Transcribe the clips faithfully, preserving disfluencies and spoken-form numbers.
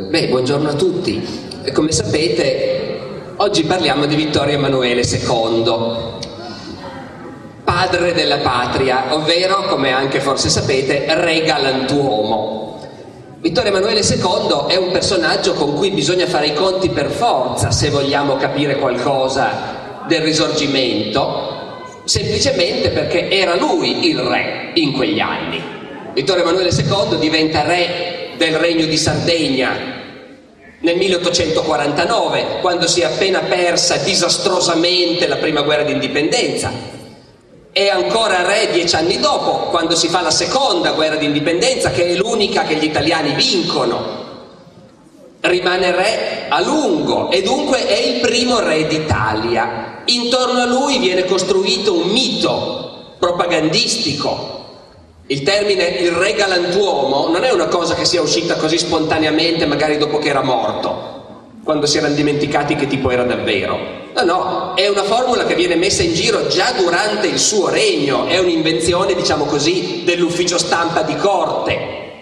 Beh, buongiorno a tutti. Come sapete, oggi parliamo di Vittorio Emanuele secondo, padre della patria, ovvero, come anche forse sapete, re galantuomo. Vittorio Emanuele secondo è un personaggio con cui bisogna fare i conti per forza se vogliamo capire qualcosa del Risorgimento, semplicemente perché era lui il re in quegli anni. Vittorio Emanuele secondo diventa re del Regno di Sardegna nel milleottocentoquarantanove, quando si è appena persa disastrosamente la prima guerra d'indipendenza. È ancora re dieci anni dopo, quando si fa la seconda guerra d'indipendenza, che è l'unica che gli italiani vincono. Rimane re a lungo e dunque è il primo re d'Italia. Intorno a lui viene costruito un mito propagandistico. Il termine il re galantuomo non è una cosa che sia uscita così spontaneamente, magari dopo che era morto, quando si erano dimenticati che tipo era davvero. No, no, è una formula che viene messa in giro già durante il suo regno, è un'invenzione, diciamo così, dell'ufficio stampa di corte.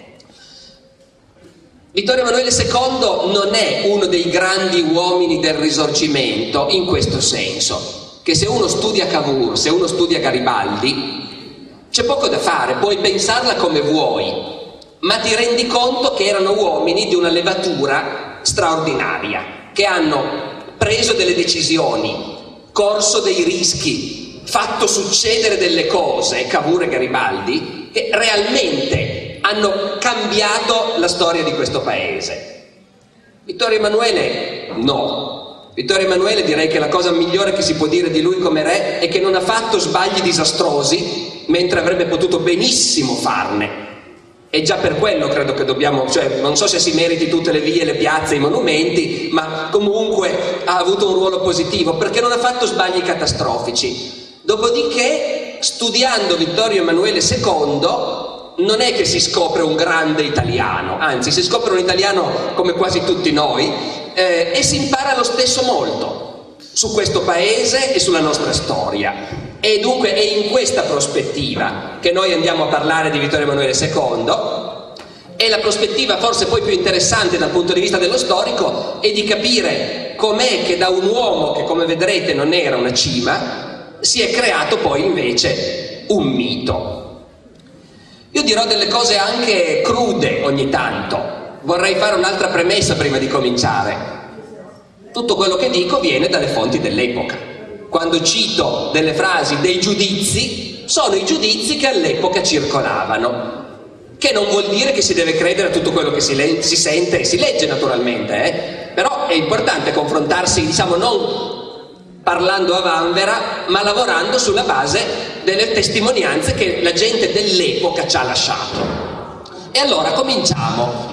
Vittorio Emanuele secondo non è uno dei grandi uomini del Risorgimento in questo senso, che se uno studia Cavour, se uno studia Garibaldi, c'è poco da fare, puoi pensarla come vuoi, ma ti rendi conto che erano uomini di una levatura straordinaria, che hanno preso delle decisioni, corso dei rischi, fatto succedere delle cose, Cavour e Garibaldi, che realmente hanno cambiato la storia di questo paese. Vittorio Emanuele no. Vittorio Emanuele, direi che la cosa migliore che si può dire di lui come re è che non ha fatto sbagli disastrosi, mentre avrebbe potuto benissimo farne. E già per quello credo che dobbiamo, cioè non so se si meriti tutte le vie, le piazze, i monumenti, ma comunque ha avuto un ruolo positivo, perché non ha fatto sbagli catastrofici. Dopodiché, studiando Vittorio Emanuele secondo, non è che si scopre un grande italiano, anzi si scopre un italiano come quasi tutti noi, eh, e si impara lo stesso molto su questo paese e sulla nostra storia. E dunque è in questa prospettiva che noi andiamo a parlare di Vittorio Emanuele secondo, e la prospettiva forse poi più interessante dal punto di vista dello storico è di capire com'è che da un uomo che, come vedrete, non era una cima, si è creato poi invece un mito. Io dirò delle cose anche crude ogni tanto, vorrei fare un'altra premessa prima di cominciare. Tutto quello che dico viene dalle fonti dell'epoca. Quando cito delle frasi, dei giudizi, sono i giudizi che all'epoca circolavano, che non vuol dire che si deve credere a tutto quello che si, le- si sente e si legge naturalmente, eh? Però è importante confrontarsi, diciamo, non parlando a vanvera, ma lavorando sulla base delle testimonianze che la gente dell'epoca ci ha lasciato. E allora cominciamo.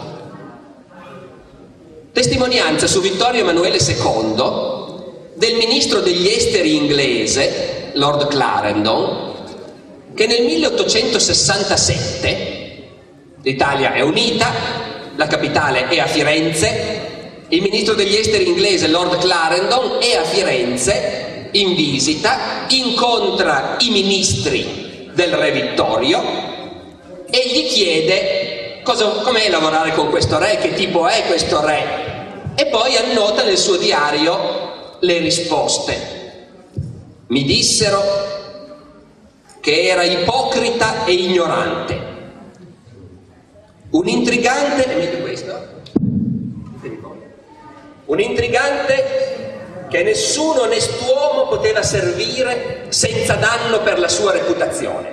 Testimonianza su Vittorio Emanuele secondo del ministro degli esteri inglese, Lord Clarendon, che nel milleottocentosessantasette, l'Italia è unita, la capitale è a Firenze, il ministro degli esteri inglese, Lord Clarendon, è a Firenze in visita, incontra i ministri del re Vittorio e gli chiede cosa, com'è lavorare con questo re, che tipo è questo re, e poi annota nel suo diario le risposte. Mi dissero che era ipocrita e ignorante, un intrigante, è meglio questo? Un intrigante che nessun onest'uomo poteva servire senza danno per la sua reputazione.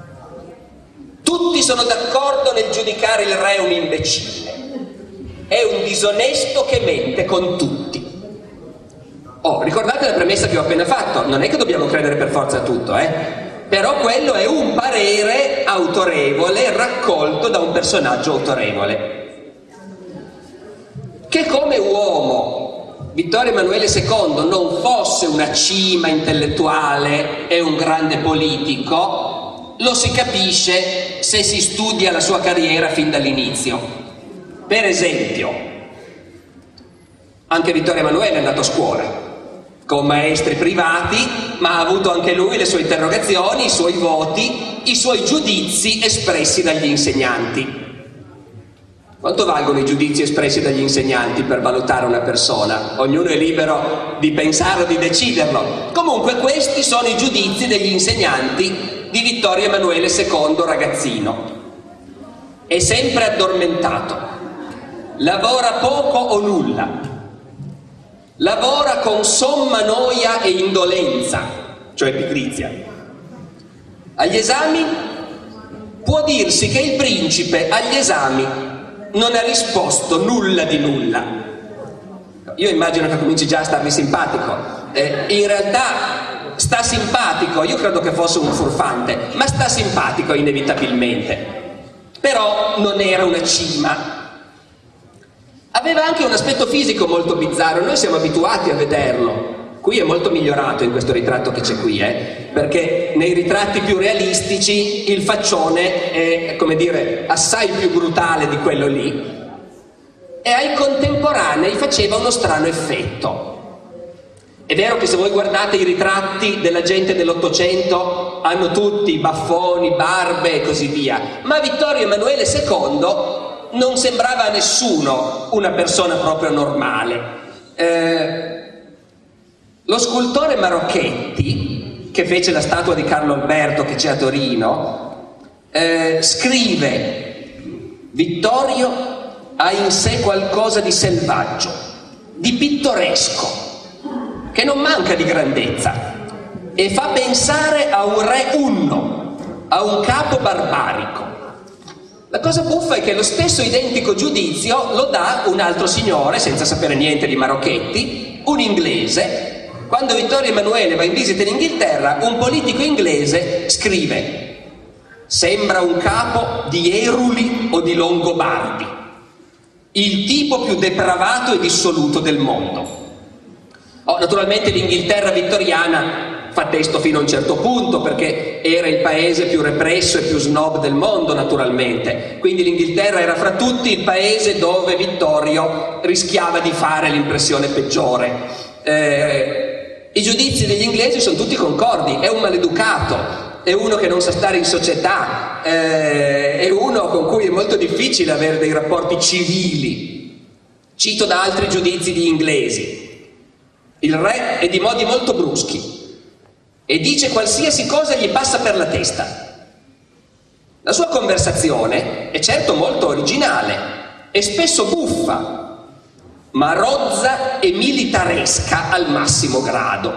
Tutti sono d'accordo nel giudicare il re un imbecille, è un disonesto che mente con tutti. Oh, ricordate la premessa che ho appena fatto, non è che dobbiamo credere per forza a tutto, eh? Però quello è un parere autorevole raccolto da un personaggio autorevole. Che come uomo Vittorio Emanuele secondo non fosse una cima intellettuale e un grande politico, lo si capisce se si studia la sua carriera fin dall'inizio. Per esempio, anche Vittorio Emanuele è andato a scuola con maestri privati, ma ha avuto anche lui le sue interrogazioni, i suoi voti, i suoi giudizi espressi dagli insegnanti. Quanto valgono i giudizi espressi dagli insegnanti per valutare una persona? Ognuno è libero di pensare o di deciderlo. Comunque questi sono i giudizi degli insegnanti di Vittorio Emanuele secondo ragazzino. È sempre addormentato, lavora poco o nulla, lavora con somma noia e indolenza, cioè pigrizia. Agli esami può dirsi che il principe agli esami non ha risposto nulla di nulla. Io immagino che cominci già a starmi simpatico. Eh, in realtà sta simpatico, io credo che fosse un furfante, ma sta simpatico inevitabilmente. Però non era una cima. Aveva anche un aspetto fisico molto bizzarro, noi siamo abituati a vederlo. Qui è molto migliorato in questo ritratto che c'è qui, eh? Perché nei ritratti più realistici il faccione è, come dire, assai più brutale di quello lì, e ai contemporanei faceva uno strano effetto. È vero che se voi guardate i ritratti della gente dell'Ottocento hanno tutti baffoni, barbe e così via, ma Vittorio Emanuele secondo non sembrava a nessuno una persona proprio normale. Eh, Lo scultore Marocchetti, che fece la statua di Carlo Alberto che c'è a Torino, eh, scrive: Vittorio ha in sé qualcosa di selvaggio, di pittoresco, che non manca di grandezza e fa pensare a un re unno, a un capo barbarico. La cosa buffa è che lo stesso identico giudizio lo dà un altro signore, senza sapere niente di Marocchetti, un inglese. Quando Vittorio Emanuele va in visita in Inghilterra, un politico inglese scrive: sembra un capo di Eruli o di Longobardi, il tipo più depravato e dissoluto del mondo. Oh, naturalmente l'Inghilterra vittoriana fa testo fino a un certo punto, perché era il paese più represso e più snob del mondo, naturalmente. Quindi l'Inghilterra era fra tutti il paese dove Vittorio rischiava di fare l'impressione peggiore. Eh, I giudizi degli inglesi sono tutti concordi: è un maleducato, è uno che non sa stare in società, eh, è uno con cui è molto difficile avere dei rapporti civili. Cito da altri giudizi di inglesi: il re è di modi molto bruschi e dice qualsiasi cosa gli passa per la testa. La sua conversazione è certo molto originale e spesso buffa, ma rozza e militaresca al massimo grado.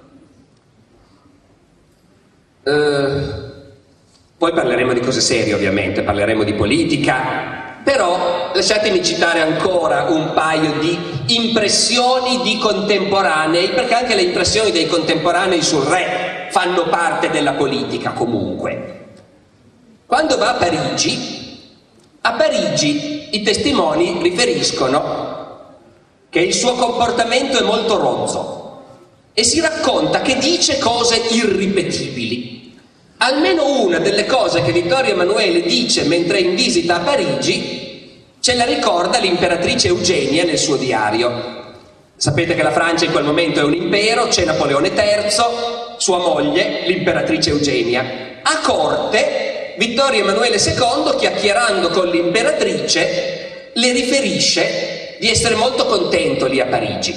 Eh, poi parleremo di cose serie, ovviamente, parleremo di politica, però lasciatemi citare ancora un paio di impressioni di contemporanei, perché anche le impressioni dei contemporanei sul re fanno parte della politica comunque. Quando va a Parigi, a Parigi i testimoni riferiscono che il suo comportamento è molto rozzo e si racconta che dice cose irripetibili. Almeno una delle cose che Vittorio Emanuele dice mentre è in visita a Parigi ce la ricorda l'imperatrice Eugenia nel suo diario. Sapete che la Francia in quel momento è un impero, c'è Napoleone terzo, sua moglie, l'imperatrice Eugenia. A corte, Vittorio Emanuele secondo, chiacchierando con l'imperatrice, le riferisce di essere molto contento lì a Parigi.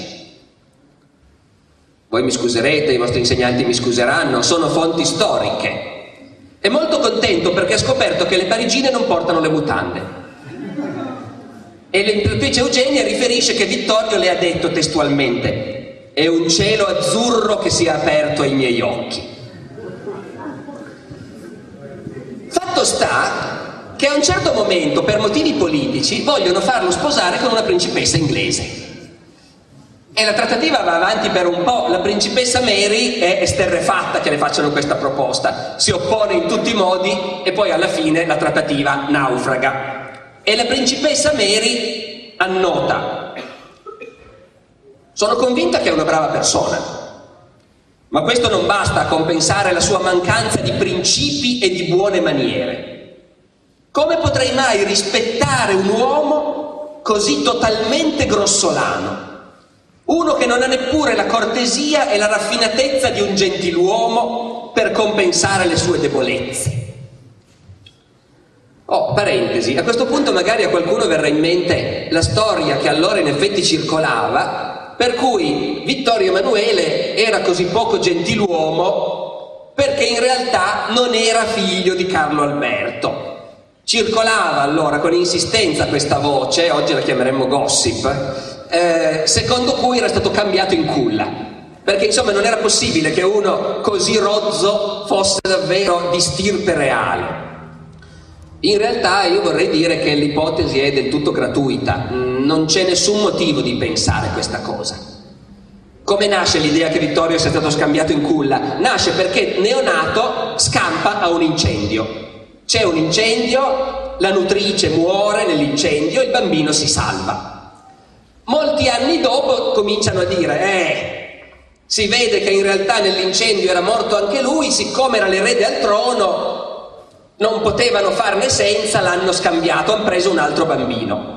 Voi mi scuserete, i vostri insegnanti mi scuseranno, sono fonti storiche. È molto contento perché ha scoperto che le parigine non portano le mutande. E l'imperatrice Eugenia riferisce che Vittorio le ha detto testualmente: è un cielo azzurro che si è aperto ai miei occhi. Fatto sta che a un certo momento, per motivi politici, vogliono farlo sposare con una principessa inglese. E la trattativa va avanti per un po'. La principessa Mary è esterrefatta che le facciano questa proposta, si oppone in tutti i modi e poi alla fine la trattativa naufraga. E la principessa Mary annota: sono convinta che è una brava persona, ma questo non basta a compensare la sua mancanza di principi e di buone maniere. Come potrei mai rispettare un uomo così totalmente grossolano? Uno che non ha neppure la cortesia e la raffinatezza di un gentiluomo per compensare le sue debolezze. Oh, parentesi, a questo punto magari a qualcuno verrà in mente la storia che allora in effetti circolava, per cui Vittorio Emanuele era così poco gentiluomo perché in realtà non era figlio di Carlo Alberto. Circolava allora con insistenza questa voce, oggi la chiameremmo gossip, eh, secondo cui era stato cambiato in culla, perché insomma non era possibile che uno così rozzo fosse davvero di stirpe reale. In realtà io vorrei dire che l'ipotesi è del tutto gratuita, non c'è nessun motivo di pensare questa cosa. Come nasce l'idea che Vittorio sia stato scambiato in culla? Nasce perché neonato scampa a un incendio. C'è un incendio, la nutrice muore nell'incendio, il bambino si salva. Molti anni dopo cominciano a dire, eh, si vede che in realtà nell'incendio era morto anche lui, siccome era l'erede al trono, non potevano farne senza, l'hanno scambiato, hanno preso un altro bambino.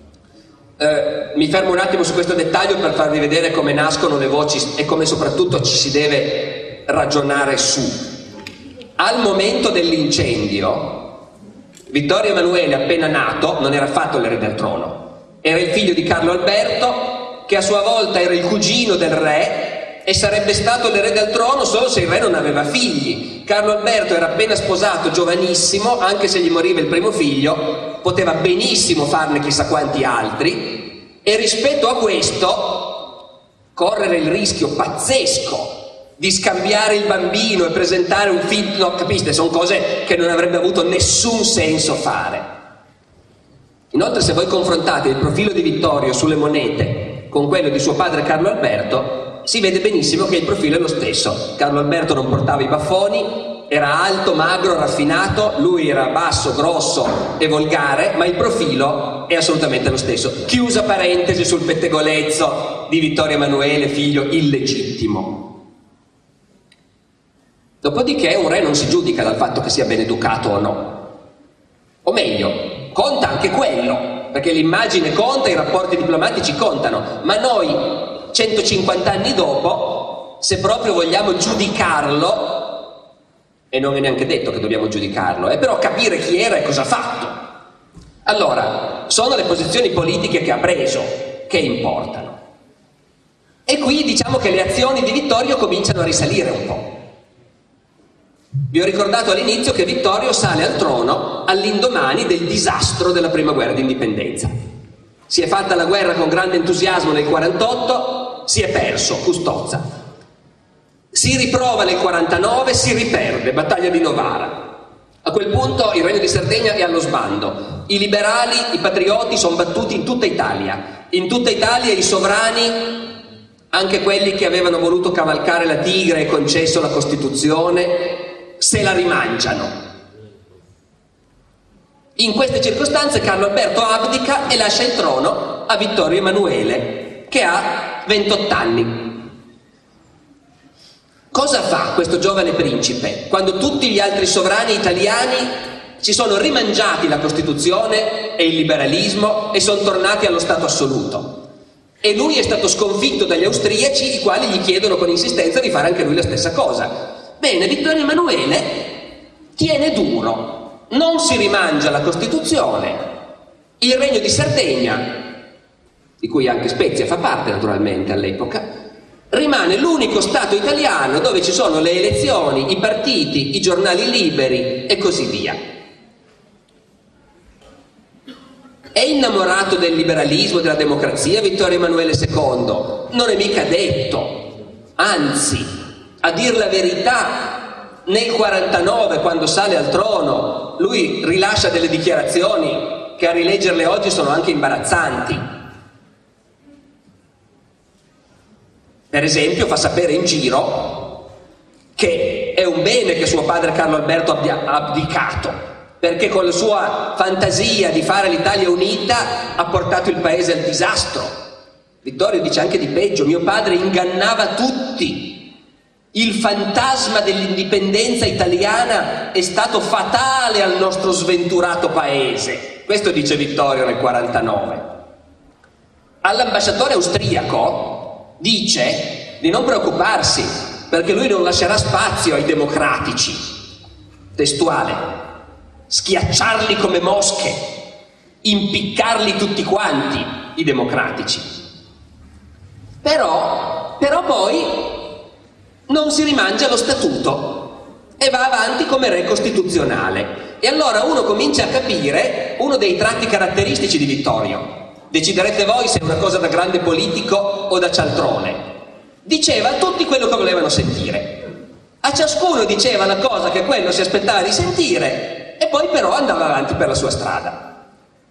Eh, mi fermo un attimo su questo dettaglio per farvi vedere come nascono le voci e come soprattutto ci si deve ragionare su. Al momento dell'incendio, Vittorio Emanuele, appena nato, non era affatto l'erede al trono, era il figlio di Carlo Alberto, che a sua volta era il cugino del re e sarebbe stato l'erede al trono solo se il re non aveva figli. Carlo Alberto era appena sposato, giovanissimo, anche se gli moriva il primo figlio, poteva benissimo farne chissà quanti altri, e rispetto a questo correre il rischio pazzesco di scambiare il bambino e presentare un figlio, no, capite, sono cose che non avrebbe avuto nessun senso fare. Inoltre, se voi confrontate il profilo di Vittorio sulle monete con quello di suo padre Carlo Alberto, si vede benissimo che il profilo è lo stesso. Carlo Alberto non portava i baffoni, era alto, magro, raffinato, lui era basso, grosso e volgare, ma il profilo è assolutamente lo stesso. Chiusa parentesi sul pettegolezzo di Vittorio Emanuele, figlio illegittimo. Dopodiché un re non si giudica dal fatto che sia ben educato o no. O meglio, conta anche quello, perché l'immagine conta, i rapporti diplomatici contano, ma noi centocinquanta anni dopo, se proprio vogliamo giudicarlo, e non è neanche detto che dobbiamo giudicarlo, è però capire chi era e cosa ha fatto. Allora, sono le posizioni politiche che ha preso che importano. E qui diciamo che le azioni di Vittorio cominciano a risalire un po'. Vi ho ricordato all'inizio che Vittorio sale al trono all'indomani del disastro della prima guerra d'indipendenza. Si è fatta la guerra con grande entusiasmo nel quarantotto, si è perso, Custozza. Si riprova nel quarantanove, si riperde, battaglia di Novara. A quel punto il Regno di Sardegna è allo sbando. I liberali, i patrioti sono battuti in tutta Italia. In tutta Italia i sovrani, anche quelli che avevano voluto cavalcare la tigre e concesso la Costituzione, se la rimangiano. In queste circostanze Carlo Alberto abdica e lascia il trono a Vittorio Emanuele, che ha ventotto anni. Cosa fa questo giovane principe quando tutti gli altri sovrani italiani si sono rimangiati la Costituzione e il liberalismo e sono tornati allo Stato assoluto? E lui è stato sconfitto dagli austriaci, i quali gli chiedono con insistenza di fare anche lui la stessa cosa. Bene, Vittorio Emanuele tiene duro. Non si rimangia la Costituzione, il Regno di Sardegna, di cui anche Spezia fa parte naturalmente all'epoca, rimane l'unico Stato italiano dove ci sono le elezioni, i partiti, i giornali liberi e così via. È innamorato del liberalismo, della democrazia Vittorio Emanuele secondo? Non è mica detto, anzi, a dir la verità, nel quarantanove, quando sale al trono, lui rilascia delle dichiarazioni che a rileggerle oggi sono anche imbarazzanti. Per esempio, fa sapere in giro che è un bene che suo padre Carlo Alberto abbia abdicato, perché con la sua fantasia di fare l'Italia unita ha portato il paese al disastro. Vittorio dice anche di peggio: mio padre ingannava tutti. Il fantasma dell'indipendenza italiana è stato fatale al nostro sventurato paese. Questo dice Vittorio nel quarantanove. All'ambasciatore austriaco dice di non preoccuparsi, perché lui non lascerà spazio ai democratici. Testuale. schiacciarli come mosche, impiccarli tutti quanti, i democratici. Però, però poi non si rimangia lo statuto e va avanti come re costituzionale. E allora uno comincia a capire uno dei tratti caratteristici di Vittorio. Deciderete voi se è una cosa da grande politico o da cialtrone. Diceva a tutti quello che volevano sentire. A ciascuno diceva la cosa che quello si aspettava di sentire e poi però andava avanti per la sua strada.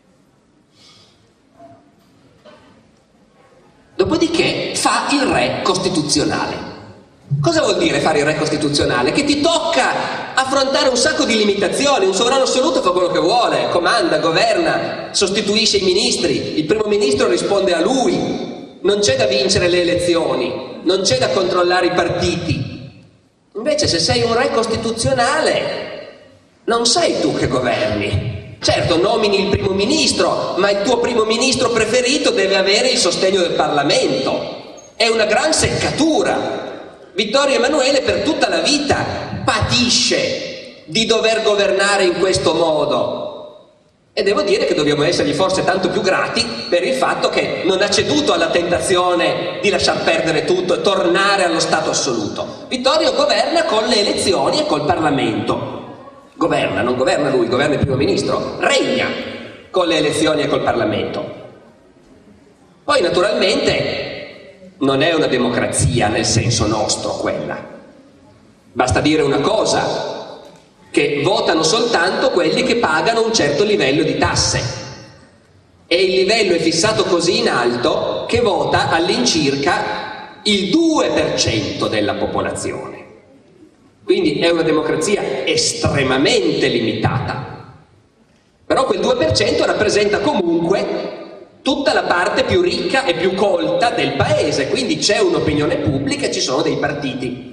Dopodiché fa il re costituzionale. Cosa vuol dire fare il re costituzionale? Che ti tocca affrontare un sacco di limitazioni. Un sovrano assoluto fa quello che vuole, comanda, governa, sostituisce i ministri, il primo ministro risponde a lui, non c'è da vincere le elezioni, non c'è da controllare i partiti. Invece se sei un re costituzionale non sei tu che governi. Certo, nomini il primo ministro, ma il tuo primo ministro preferito deve avere il sostegno del Parlamento. È una gran seccatura. Vittorio Emanuele per tutta la vita patisce di dover governare in questo modo. E devo dire che dobbiamo essergli forse tanto più grati per il fatto che non ha ceduto alla tentazione di lasciar perdere tutto e tornare allo stato assoluto. Vittorio governa con le elezioni e col Parlamento. Governa, non governa lui, governa il primo ministro, regna con le elezioni e col Parlamento. Poi naturalmente non è una democrazia nel senso nostro quella. Basta dire una cosa, che votano soltanto quelli che pagano un certo livello di tasse. E il livello è fissato così in alto che vota all'incirca il due per cento della popolazione. Quindi è una democrazia estremamente limitata. Però quel due per cento rappresenta comunque tutta la parte più ricca e più colta del paese, quindi c'è un'opinione pubblica e ci sono dei partiti.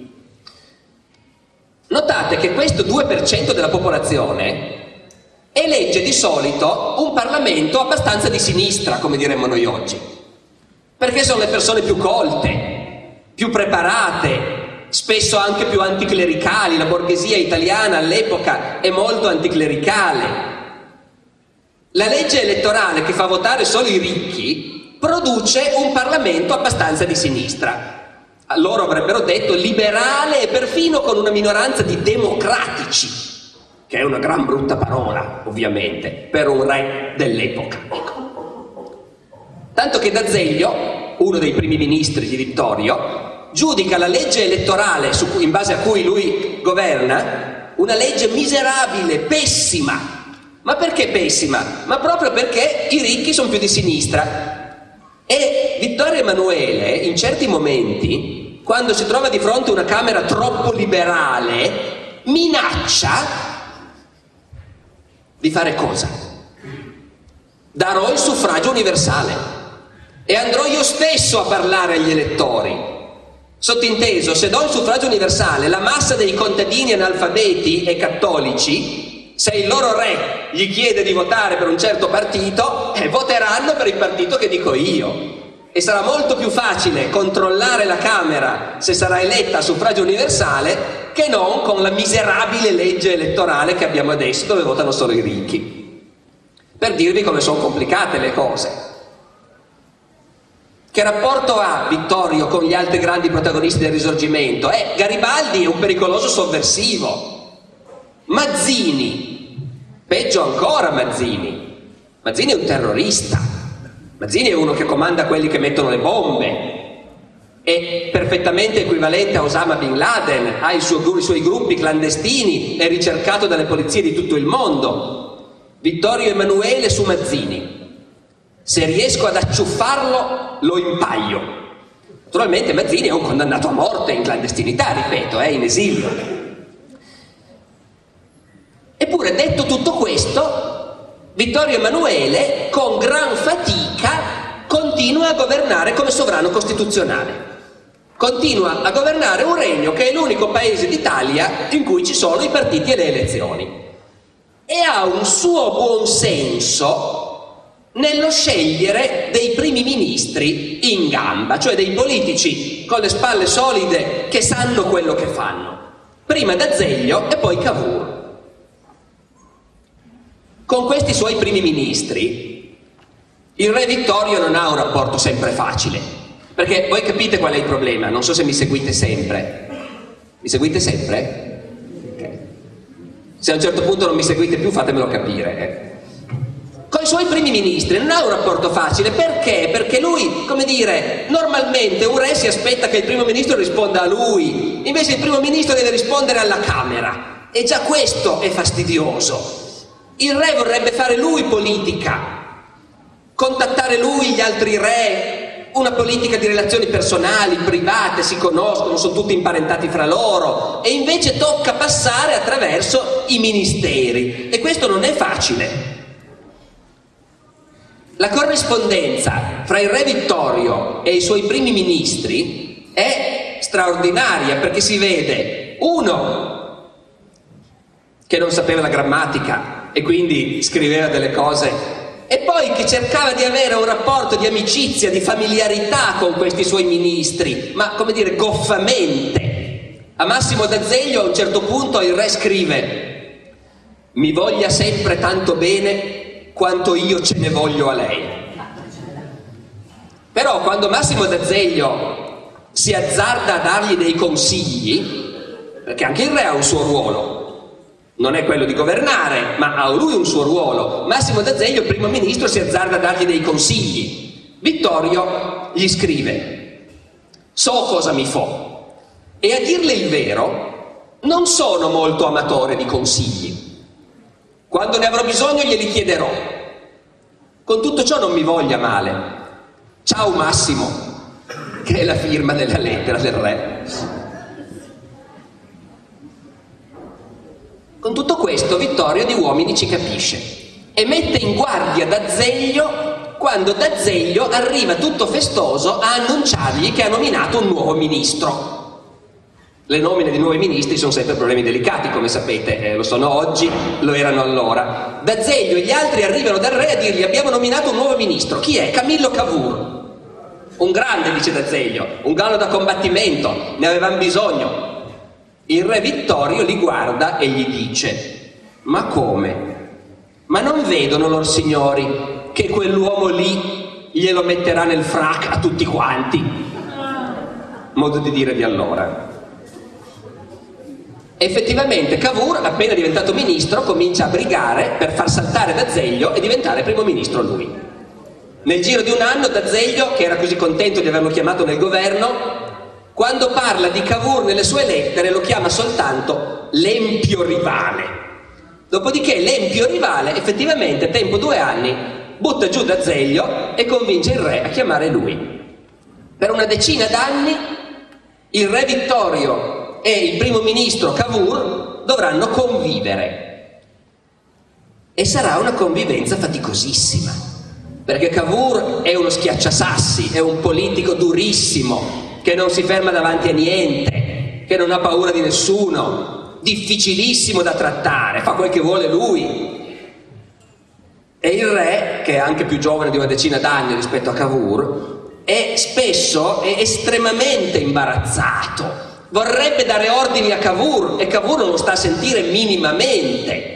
Notate che questo due per cento della popolazione elegge di solito un Parlamento abbastanza di sinistra, come diremmo noi oggi, perché sono le persone più colte, più preparate, spesso anche più anticlericali. La borghesia italiana all'epoca è molto anticlericale. La legge elettorale che fa votare solo i ricchi produce un Parlamento abbastanza di sinistra. Loro avrebbero detto liberale e perfino con una minoranza di democratici, che è una gran brutta parola, ovviamente, per un re dell'epoca. Ecco. Tanto che D'Azeglio, uno dei primi ministri di Vittorio, giudica la legge elettorale su cui, in base a cui lui governa una legge miserabile, pessima. Ma perché pessima? Ma proprio perché i ricchi sono più di sinistra. E Vittorio Emanuele, in certi momenti, quando si trova di fronte a una Camera troppo liberale, minaccia di fare cosa? Darò il suffragio universale e andrò io stesso a parlare agli elettori. Sottinteso, se do il suffragio universale, la massa dei contadini analfabeti e cattolici, se il loro re gli chiede di votare per un certo partito, eh, voteranno per il partito che dico io. E sarà molto più facile controllare la Camera, se sarà eletta a suffragio universale, che non con la miserabile legge elettorale che abbiamo adesso, dove votano solo i ricchi. Per dirvi come sono complicate le cose. Che rapporto ha Vittorio con gli altri grandi protagonisti del Risorgimento? Eh, Garibaldi è un pericoloso sovversivo. Mazzini, peggio ancora Mazzini. Mazzini è un terrorista. Mazzini è uno che comanda quelli che mettono le bombe. È perfettamente equivalente a Osama Bin Laden, ha il suo, i suoi gruppi clandestini, è ricercato dalle polizie di tutto il mondo. Vittorio Emanuele su Mazzini. Se riesco ad acciuffarlo, lo impaglio. Naturalmente Mazzini è un condannato a morte in clandestinità, ripeto, è in esilio. Eppure, detto tutto questo, Vittorio Emanuele, con gran fatica, continua a governare come sovrano costituzionale. Continua a governare un regno che è l'unico paese d'Italia in cui ci sono i partiti e le elezioni. E ha un suo buon senso nello scegliere dei primi ministri in gamba, cioè dei politici con le spalle solide che sanno quello che fanno. Prima D'Azeglio e poi Cavour. con questi suoi primi ministri il re Vittorio non ha un rapporto sempre facile, perché voi capite qual è il problema, non so se mi seguite sempre. Mi seguite sempre? Okay. Se a un certo punto non mi seguite più fatemelo capire. Eh. Con i suoi primi ministri non ha un rapporto facile, perché? Perché lui, come dire, normalmente un re si aspetta che il primo ministro risponda a lui, invece il primo ministro deve rispondere alla Camera, e già questo è fastidioso. Il re vorrebbe fare lui politica, contattare lui gli altri re, una politica di relazioni personali, private, si conoscono, sono tutti imparentati fra loro, e invece tocca passare attraverso i ministeri, e questo non è facile. La corrispondenza fra il re Vittorio e i suoi primi ministri è straordinaria, perché si vede uno che non sapeva la grammatica e quindi scriveva delle cose, e poi che cercava di avere un rapporto di amicizia, di familiarità con questi suoi ministri, ma come dire goffamente. A Massimo d'Azeglio a un certo punto il re scrive: mi voglia sempre tanto bene quanto io ce ne voglio a lei. Però quando Massimo d'Azeglio si azzarda a dargli dei consigli, perché anche il re ha un suo ruolo, non è quello di governare, ma ha lui un suo ruolo, Massimo d'Azeglio, il primo ministro, si azzarda a dargli dei consigli. Vittorio gli scrive: so cosa mi fo, e a dirle il vero non sono molto amatore di consigli. Quando ne avrò bisogno glieli chiederò. Con tutto ciò non mi voglia male. Ciao Massimo, che è la firma della lettera del re. Con tutto questo Vittorio di uomini ci capisce e mette in guardia D'Azeglio quando D'Azeglio arriva tutto festoso a annunciargli che ha nominato un nuovo ministro. Le nomine di nuovi ministri sono sempre problemi delicati, come sapete, eh, lo sono oggi, lo erano allora. D'Azeglio e gli altri arrivano dal re a dirgli: abbiamo nominato un nuovo ministro. Chi è? Camillo Cavour. Un grande, dice D'Azeglio, un gallo da combattimento, ne avevamo bisogno. Il re Vittorio li guarda e gli dice: ma come? Ma non vedono lor signori che quell'uomo lì glielo metterà nel frac a tutti quanti? Modo di dire di allora. Effettivamente Cavour, appena diventato ministro, comincia a brigare per far saltare D'Azeglio e diventare primo ministro lui. Nel giro di un anno D'Azeglio, che era così contento di averlo chiamato nel governo, quando parla di Cavour nelle sue lettere lo chiama soltanto l'empio rivale. Dopodiché l'empio rivale effettivamente, tempo due anni, butta giù D'Azeglio e convince il re a chiamare lui. Per una decina d'anni il re Vittorio e il primo ministro Cavour dovranno convivere. E sarà una convivenza faticosissima, perché Cavour è uno schiacciasassi, è un politico durissimo, che non si ferma davanti a niente, che non ha paura di nessuno, difficilissimo da trattare, fa quel che vuole lui. E il re, che è anche più giovane di una decina d'anni rispetto a Cavour, è spesso è estremamente imbarazzato, vorrebbe dare ordini a Cavour e Cavour non lo sta a sentire minimamente.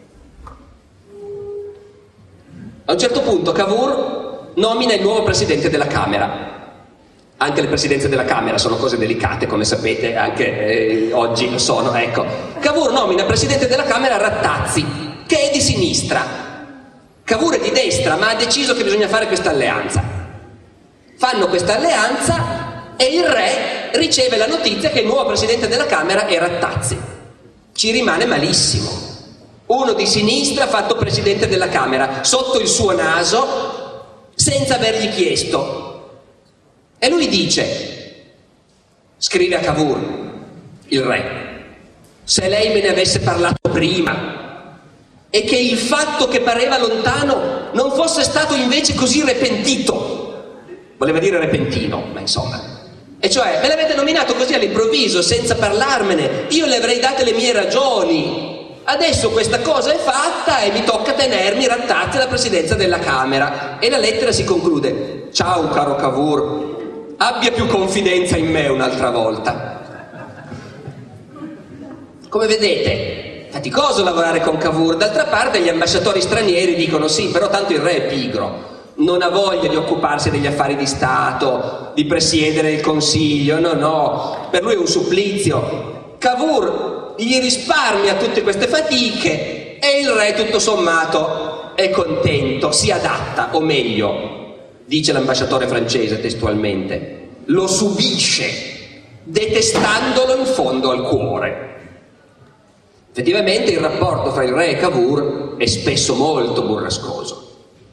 A un certo punto Cavour nomina il nuovo presidente della Camera. Anche le presidenze della Camera sono cose delicate, come sapete, anche eh, oggi lo sono, ecco. Cavour nomina presidente della Camera Rattazzi, che è di sinistra. Cavour è di destra, ma ha deciso che bisogna fare questa alleanza. Fanno questa alleanza e il re riceve la notizia che il nuovo presidente della Camera è Rattazzi. Ci rimane malissimo. Uno di sinistra fatto presidente della Camera, sotto il suo naso, senza avergli chiesto. E lui dice, scrive a Cavour, il re: se lei me ne avesse parlato prima e che il fatto che pareva lontano non fosse stato invece così repentito, voleva dire repentino, ma insomma, e cioè me l'avete nominato così all'improvviso, senza parlarmene, io le avrei date le mie ragioni. Adesso questa cosa è fatta e mi tocca tenermi Rattazzi alla presidenza della Camera. E la lettera si conclude: ciao caro Cavour, abbia più confidenza in me un'altra volta. Come vedete, faticoso lavorare con Cavour. D'altra parte gli ambasciatori stranieri dicono sì, però tanto il re è pigro, non ha voglia di occuparsi degli affari di Stato, di presiedere il consiglio, no, no, per lui è un supplizio. Cavour gli risparmia tutte queste fatiche e il re tutto sommato è contento, si adatta, o meglio, dice l'ambasciatore francese testualmente, lo subisce, detestandolo in fondo al cuore. Effettivamente il rapporto fra il re e Cavour è spesso molto burrascoso.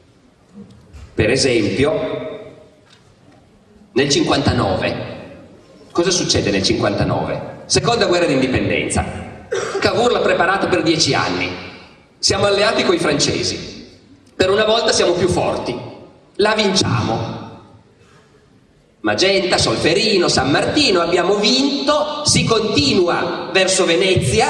Per esempio, nel cinquantanove, cosa succede nel cinquantanove? Seconda guerra d'indipendenza. Cavour l'ha preparata per dieci anni. Siamo alleati coi francesi. Per una volta siamo più forti. La vinciamo. Magenta, Solferino, San Martino, abbiamo vinto, si continua verso Venezia.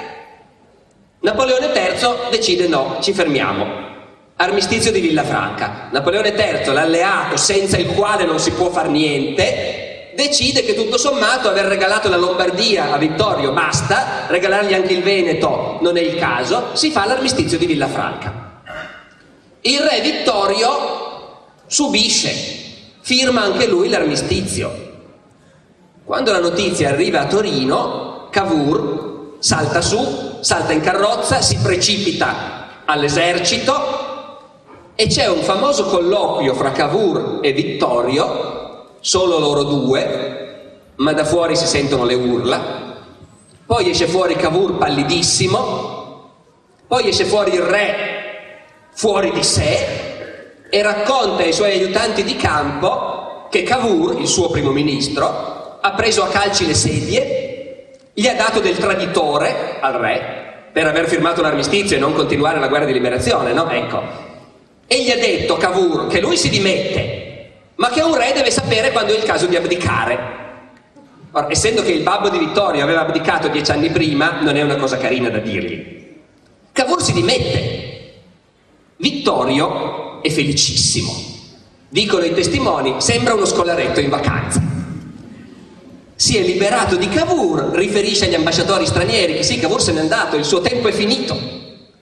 Napoleone terzo decide no, ci fermiamo. Armistizio di Villafranca. Napoleone terzo, l'alleato senza il quale non si può far niente, decide che tutto sommato aver regalato la Lombardia a Vittorio basta, regalargli anche il Veneto non è il caso, si fa l'armistizio di Villafranca. Il re Vittorio subisce, firma anche lui l'armistizio. Quando la notizia arriva a Torino, Cavour salta su, salta in carrozza, si precipita all'esercito e c'è un famoso colloquio fra Cavour e Vittorio, solo loro due, ma da fuori si sentono le urla. Poi esce fuori Cavour pallidissimo, poi esce fuori il re fuori di sé e racconta ai suoi aiutanti di campo che Cavour, il suo primo ministro, ha preso a calci le sedie, gli ha dato del traditore al re per aver firmato l'armistizio e non continuare la guerra di liberazione, no? Ecco. E gli ha detto Cavour che lui si dimette, ma che un re deve sapere quando è il caso di abdicare. Ora, essendo che il babbo di Vittorio aveva abdicato dieci anni prima, non è una cosa carina da dirgli. Cavour si dimette. Vittorio è felicissimo. Dicono i testimoni, sembra uno scolaretto in vacanza. Si è liberato di Cavour, riferisce agli ambasciatori stranieri che sì, Cavour se n'è andato, il suo tempo è finito.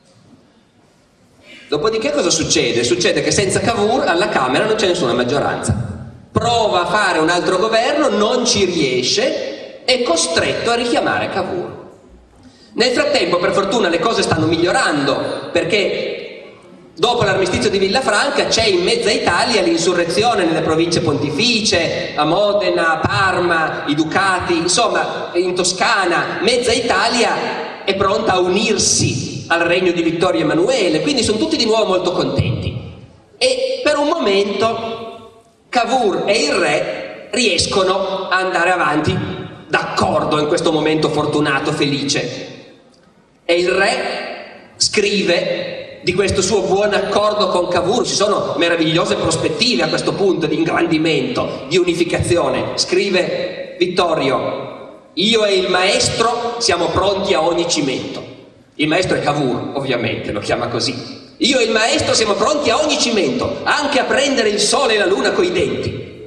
Dopodiché cosa succede? Succede che senza Cavour alla Camera non c'è nessuna maggioranza. Prova a fare un altro governo, non ci riesce, è costretto a richiamare Cavour. Nel frattempo, per fortuna, le cose stanno migliorando, perché dopo l'armistizio di Villafranca c'è in mezza Italia l'insurrezione nelle province pontificie, a Modena, a Parma, i Ducati, insomma, in Toscana, mezza Italia è pronta a unirsi al regno di Vittorio Emanuele, quindi sono tutti di nuovo molto contenti. E per un momento Cavour e il re riescono a andare avanti d'accordo in questo momento fortunato, felice. E il re scrive di questo suo buon accordo con Cavour, ci sono meravigliose prospettive a questo punto di ingrandimento, di unificazione. Scrive Vittorio: io e il maestro siamo pronti a ogni cimento. Il maestro è Cavour, ovviamente, lo chiama così. Io e il maestro siamo pronti a ogni cimento, anche a prendere il sole e la luna coi denti.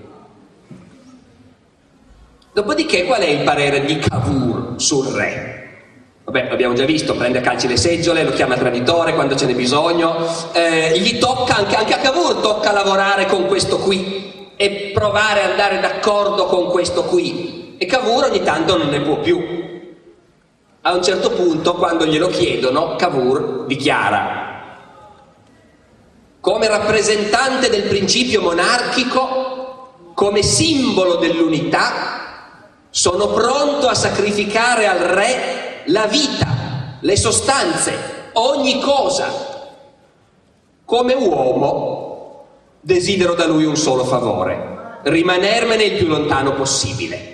Dopodiché qual è il parere di Cavour sul re? Vabbè, abbiamo già visto, prende a calci le seggiole, lo chiama traditore quando ce n'è bisogno, eh, gli tocca, anche, anche a Cavour tocca lavorare con questo qui e provare ad andare d'accordo con questo qui. E Cavour ogni tanto non ne può più. A un certo punto, quando glielo chiedono, Cavour dichiara: come rappresentante del principio monarchico, come simbolo dell'unità, sono pronto a sacrificare al re la vita, le sostanze, ogni cosa. Come uomo desidero da lui un solo favore: rimanermene il più lontano possibile.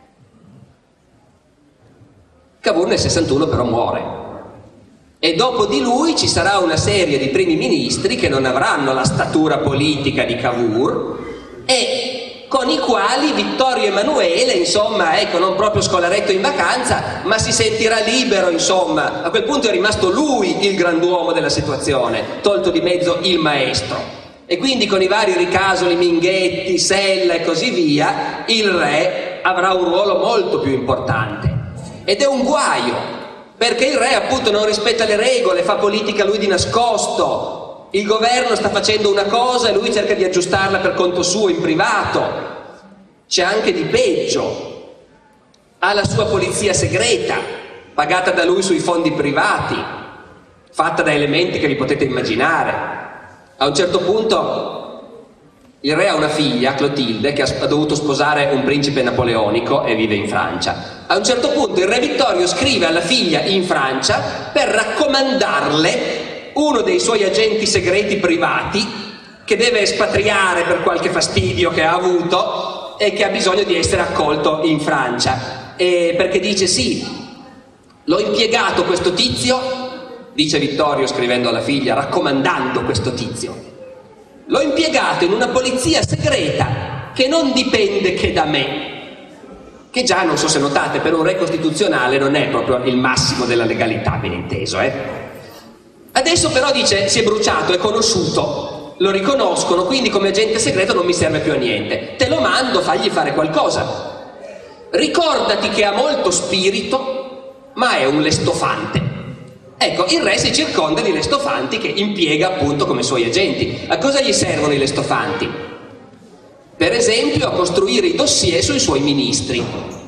Cavour nel sessantuno però muore e dopo di lui ci sarà una serie di primi ministri che non avranno la statura politica di Cavour e con i quali Vittorio Emanuele, insomma, ecco, non proprio scolaretto in vacanza, ma si sentirà libero, insomma. A quel punto è rimasto lui il grand'uomo della situazione, tolto di mezzo il maestro. E quindi con i vari ricasoli, Minghetti, Sella e così via, il re avrà un ruolo molto più importante. Ed è un guaio perché il re appunto non rispetta le regole, fa politica lui di nascosto, il governo sta facendo una cosa e lui cerca di aggiustarla per conto suo in privato. C'è anche di peggio, ha la sua polizia segreta, pagata da lui sui fondi privati, fatta da elementi che vi potete immaginare. A un certo punto il re ha una figlia, Clotilde, che ha dovuto sposare un principe napoleonico e vive in Francia. A un certo punto il re Vittorio scrive alla figlia in Francia per raccomandarle uno dei suoi agenti segreti privati che deve espatriare per qualche fastidio che ha avuto e che ha bisogno di essere accolto in Francia. E perché dice sì, l'ho impiegato questo tizio, dice Vittorio scrivendo alla figlia, raccomandando questo tizio. L'ho impiegato in una polizia segreta che non dipende che da me, che già, non so se notate, per un re costituzionale non è proprio il massimo della legalità, ben inteso, eh? Adesso però dice, si è bruciato, è conosciuto, lo riconoscono, quindi come agente segreto non mi serve più a niente, te lo mando, fagli fare qualcosa. Ricordati che ha molto spirito, ma è un lestofante. Ecco, il re si circonda di lestofanti che impiega appunto come suoi agenti. A cosa gli servono i lestofanti? Per esempio a costruire i dossier sui suoi ministri.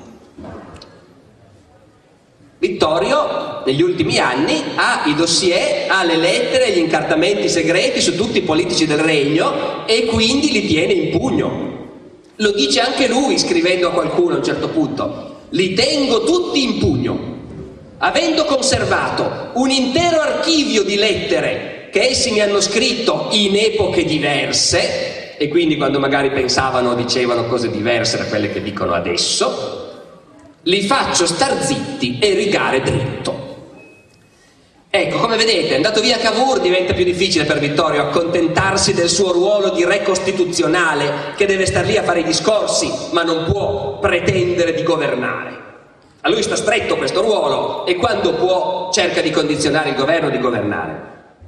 Vittorio negli ultimi anni ha i dossier, ha le lettere, gli incartamenti segreti su tutti i politici del regno e quindi li tiene in pugno. Lo dice anche lui scrivendo a qualcuno a un certo punto: li tengo tutti in pugno. Avendo conservato un intero archivio di lettere che essi mi hanno scritto in epoche diverse, e quindi quando magari pensavano o dicevano cose diverse da quelle che dicono adesso, li faccio star zitti e rigare dritto. Ecco, come vedete, è andato via Cavour, diventa più difficile per Vittorio accontentarsi del suo ruolo di re costituzionale, che deve star lì a fare i discorsi, ma non può pretendere di governare. A lui sta stretto questo ruolo e quando può cerca di condizionare il governo, di governare.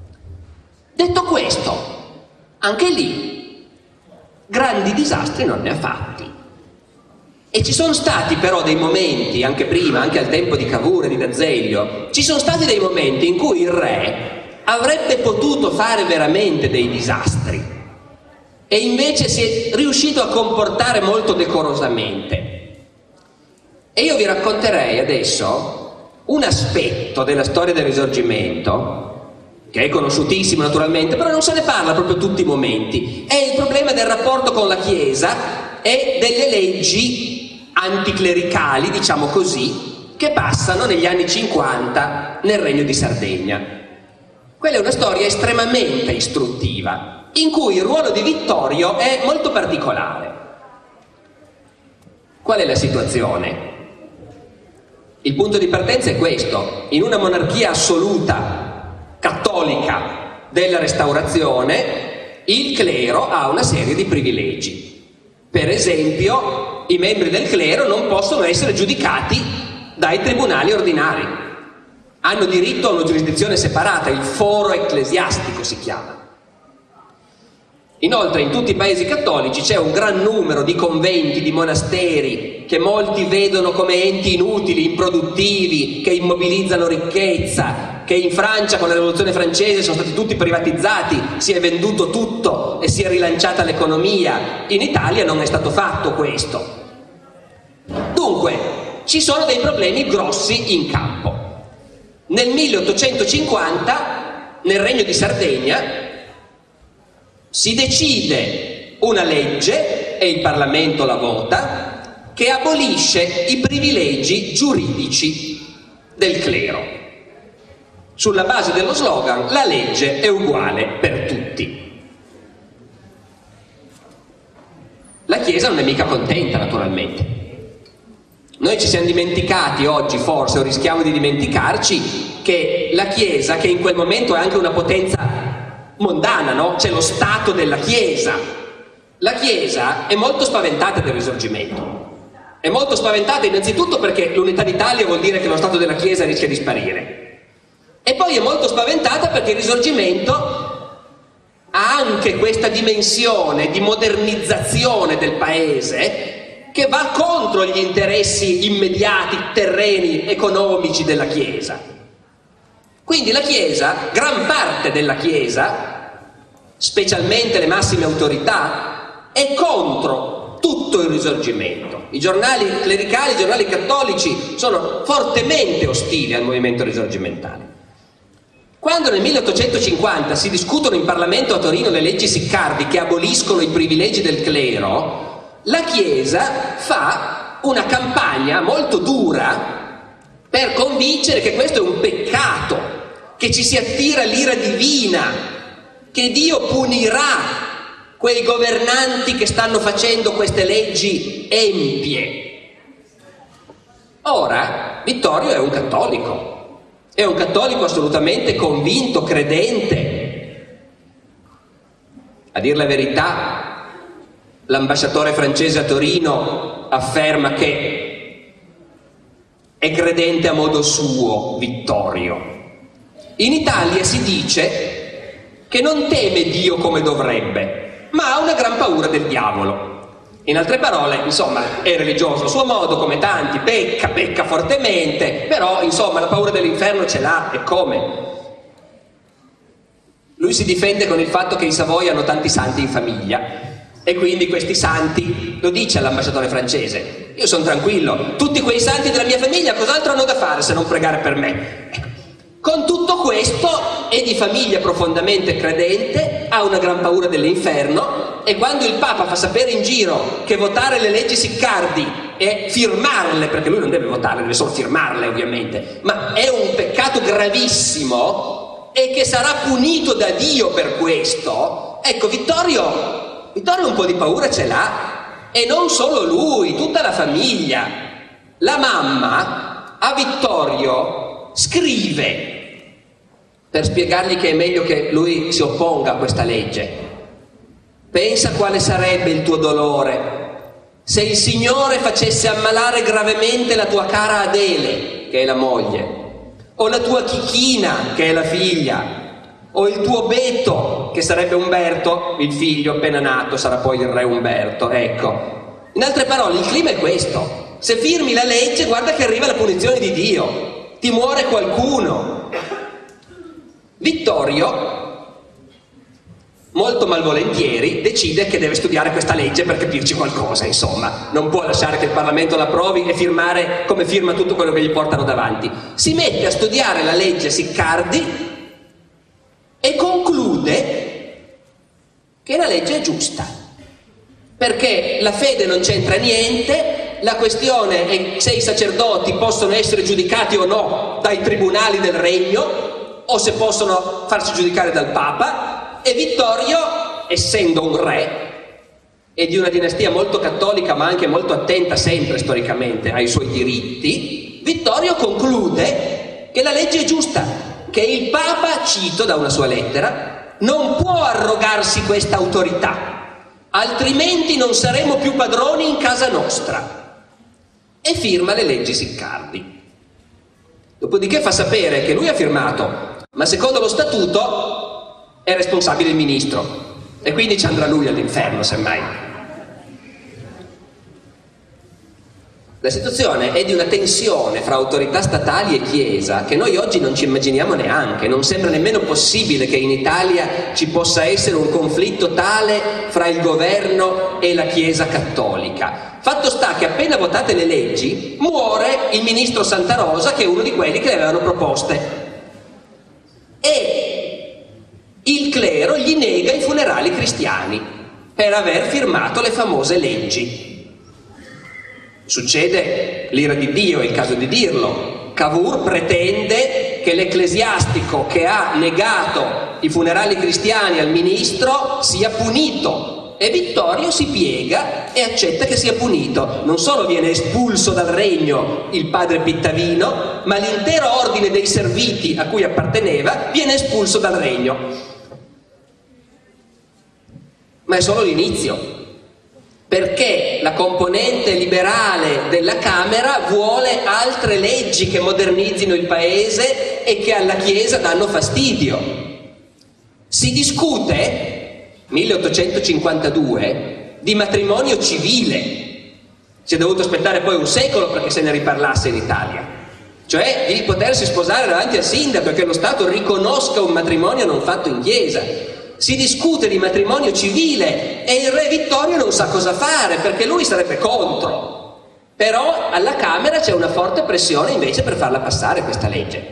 Detto questo, anche lì grandi disastri non ne ha fatti. E ci sono stati però dei momenti, anche prima, anche al tempo di Cavour e di D'Azeglio, ci sono stati dei momenti in cui il re avrebbe potuto fare veramente dei disastri e invece si è riuscito a comportare molto decorosamente. E io vi racconterei adesso un aspetto della storia del Risorgimento, che è conosciutissimo naturalmente, però non se ne parla proprio tutti i momenti. È il problema del rapporto con la Chiesa e delle leggi anticlericali, diciamo così, che passano negli anni cinquanta nel Regno di Sardegna. Quella è una storia estremamente istruttiva, in cui il ruolo di Vittorio è molto particolare. Qual è la situazione? Il punto di partenza è questo: in una monarchia assoluta, cattolica della Restaurazione, il clero ha una serie di privilegi. Per esempio, i membri del clero non possono essere giudicati dai tribunali ordinari. Hanno diritto a una giurisdizione separata, il foro ecclesiastico si chiama. Inoltre in tutti i paesi cattolici c'è un gran numero di conventi, di monasteri, che molti vedono come enti inutili, improduttivi, che immobilizzano ricchezza, che in Francia con la rivoluzione francese sono stati tutti privatizzati, si è venduto tutto e si è rilanciata l'economia. In Italia non è stato fatto questo. Dunque, ci sono dei problemi grossi in campo. Nel milleottocentocinquanta, nel Regno di Sardegna, si decide una legge, e il Parlamento la vota, che abolisce i privilegi giuridici del clero. Sulla base dello slogan "la legge è uguale per tutti". La Chiesa non è mica contenta, naturalmente. Noi ci siamo dimenticati oggi, forse, o rischiamo di dimenticarci, che la Chiesa, che in quel momento è anche una potenza mondana, no? C'è lo Stato della Chiesa. La Chiesa è molto spaventata del Risorgimento. È molto spaventata innanzitutto perché l'unità d'Italia vuol dire che lo Stato della Chiesa rischia di sparire. E poi è molto spaventata perché il Risorgimento ha anche questa dimensione di modernizzazione del paese che va contro gli interessi immediati, terreni, economici della Chiesa. Quindi la Chiesa, gran parte della Chiesa, specialmente le massime autorità, è contro tutto il Risorgimento. I giornali clericali, i giornali cattolici sono fortemente ostili al movimento risorgimentale. Quando nel milleottocentocinquanta si discutono in Parlamento a Torino le leggi Siccardi che aboliscono i privilegi del clero, la Chiesa fa una campagna molto dura per convincere che questo è un peccato, che ci si attira l'ira divina, che Dio punirà quei governanti che stanno facendo queste leggi empie. Ora, Vittorio è un cattolico. È un cattolico assolutamente convinto, credente. A dir la verità, l'ambasciatore francese a Torino afferma che è credente a modo suo, Vittorio. In Italia si dice che non teme Dio come dovrebbe, ma ha una gran paura del diavolo. In altre parole, insomma, è religioso a suo modo, come tanti, pecca, pecca fortemente, però, insomma, la paura dell'inferno ce l'ha, e come? Lui si difende con il fatto che i Savoia hanno tanti santi in famiglia, e quindi questi santi, lo dice all'ambasciatore francese, io sono tranquillo, tutti quei santi della mia famiglia cos'altro hanno da fare se non pregare per me? Ecco. Con tutto questo è di famiglia profondamente credente, ha una gran paura dell'inferno, e quando il Papa fa sapere in giro che votare le leggi Siccardi e firmarle, perché lui non deve votarle, deve solo firmarle ovviamente, ma è un peccato gravissimo e che sarà punito da Dio per questo, ecco, Vittorio, Vittorio un po' di paura ce l'ha, e non solo lui, tutta la famiglia. La mamma a Vittorio scrive per spiegargli che è meglio che lui si opponga a questa legge. Pensa quale sarebbe il tuo dolore se il Signore facesse ammalare gravemente la tua cara Adele, che è la moglie, o la tua Chichina, che è la figlia, o il tuo Beto, che sarebbe Umberto, il figlio appena nato, sarà poi il re Umberto, ecco. In altre parole, il clima è questo: se firmi la legge, guarda che arriva la punizione di Dio, ti muore qualcuno. Vittorio, molto malvolentieri, decide che deve studiare questa legge per capirci qualcosa, insomma. Non può lasciare che il Parlamento l'approvi e firmare come firma tutto quello che gli portano davanti. Si mette a studiare la legge Siccardi e conclude che la legge è giusta, perché la fede non c'entra niente, la questione è se i sacerdoti possono essere giudicati o no dai tribunali del regno, o se possono farsi giudicare dal Papa, e Vittorio, essendo un re e di una dinastia molto cattolica ma anche molto attenta sempre storicamente ai suoi diritti, Vittorio conclude che la legge è giusta, che il Papa, cito da una sua lettera, non può arrogarsi questa autorità, altrimenti non saremo più padroni in casa nostra, e firma le leggi Siccardi. Dopodiché fa sapere che lui ha firmato, ma secondo lo statuto è responsabile il ministro, e quindi ci andrà lui all'inferno, semmai. La situazione è di una tensione fra autorità statali e Chiesa che noi oggi non ci immaginiamo neanche. Non sembra nemmeno possibile che in Italia ci possa essere un conflitto tale fra il governo e la Chiesa cattolica. Fatto sta che appena votate le leggi muore il ministro Santarosa, che è uno di quelli che le avevano proposte, e il clero gli nega i funerali cristiani per aver firmato le famose leggi. Succede l'ira di Dio, è il caso di dirlo. Cavour pretende che l'ecclesiastico che ha negato i funerali cristiani al ministro sia punito, e Vittorio si piega e accetta che sia punito. Non solo viene espulso dal regno il padre Pittavino, ma l'intero ordine dei serviti a cui apparteneva viene espulso dal regno. Ma è solo l'inizio, perché la componente liberale della Camera vuole altre leggi che modernizzino il paese e che alla Chiesa danno fastidio. Si discute, milleottocentocinquantadue, di matrimonio civile. Si è dovuto aspettare poi un secolo perché se ne riparlasse in Italia. cioè di potersi sposare davanti al sindaco e che lo Stato riconosca un matrimonio non fatto in chiesa. Si discute di matrimonio civile e il re Vittorio non sa cosa fare perché lui sarebbe contro, però alla Camera c'è una forte pressione invece per farla passare questa legge.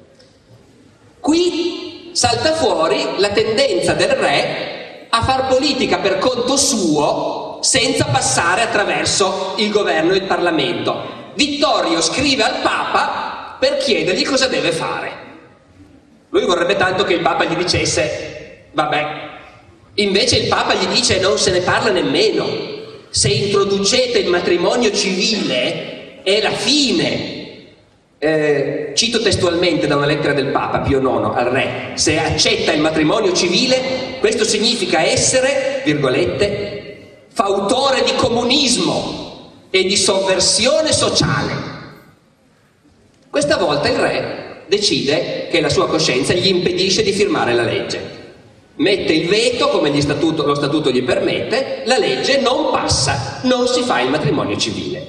Qui salta fuori la tendenza del re a far politica per conto suo senza passare attraverso il governo e il Parlamento. Vittorio scrive al Papa per chiedergli cosa deve fare. Lui vorrebbe tanto che il Papa gli dicesse vabbè, invece il Papa gli dice non se ne parla nemmeno. Se introducete il matrimonio civile è la fine. Eh, cito testualmente da una lettera del Papa Pio nono al re: se accetta il matrimonio civile questo significa essere, virgolette, fautore di comunismo e di sovversione sociale. Questa volta il re decide che la sua coscienza gli impedisce di firmare la legge. Mette il veto, come gli statuto, lo statuto gli permette, la legge non passa, non si fa il matrimonio civile.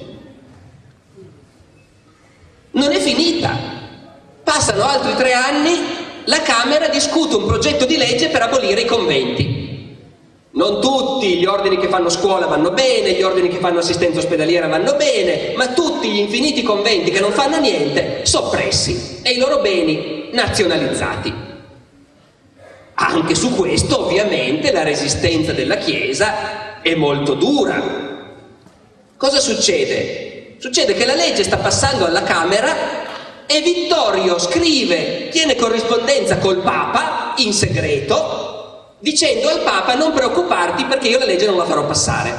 Non è finita. Passano altri tre anni, la Camera discute un progetto di legge per abolire i conventi. Non tutti gli ordini che fanno scuola vanno bene, gli ordini che fanno assistenza ospedaliera vanno bene, ma tutti gli infiniti conventi che non fanno niente, soppressi, e i loro beni nazionalizzati. Anche su questo, ovviamente, la resistenza della Chiesa è molto dura. Cosa succede? Succede che la legge sta passando alla Camera e Vittorio scrive, tiene corrispondenza col Papa in segreto, dicendo al Papa non preoccuparti perché io la legge non la farò passare.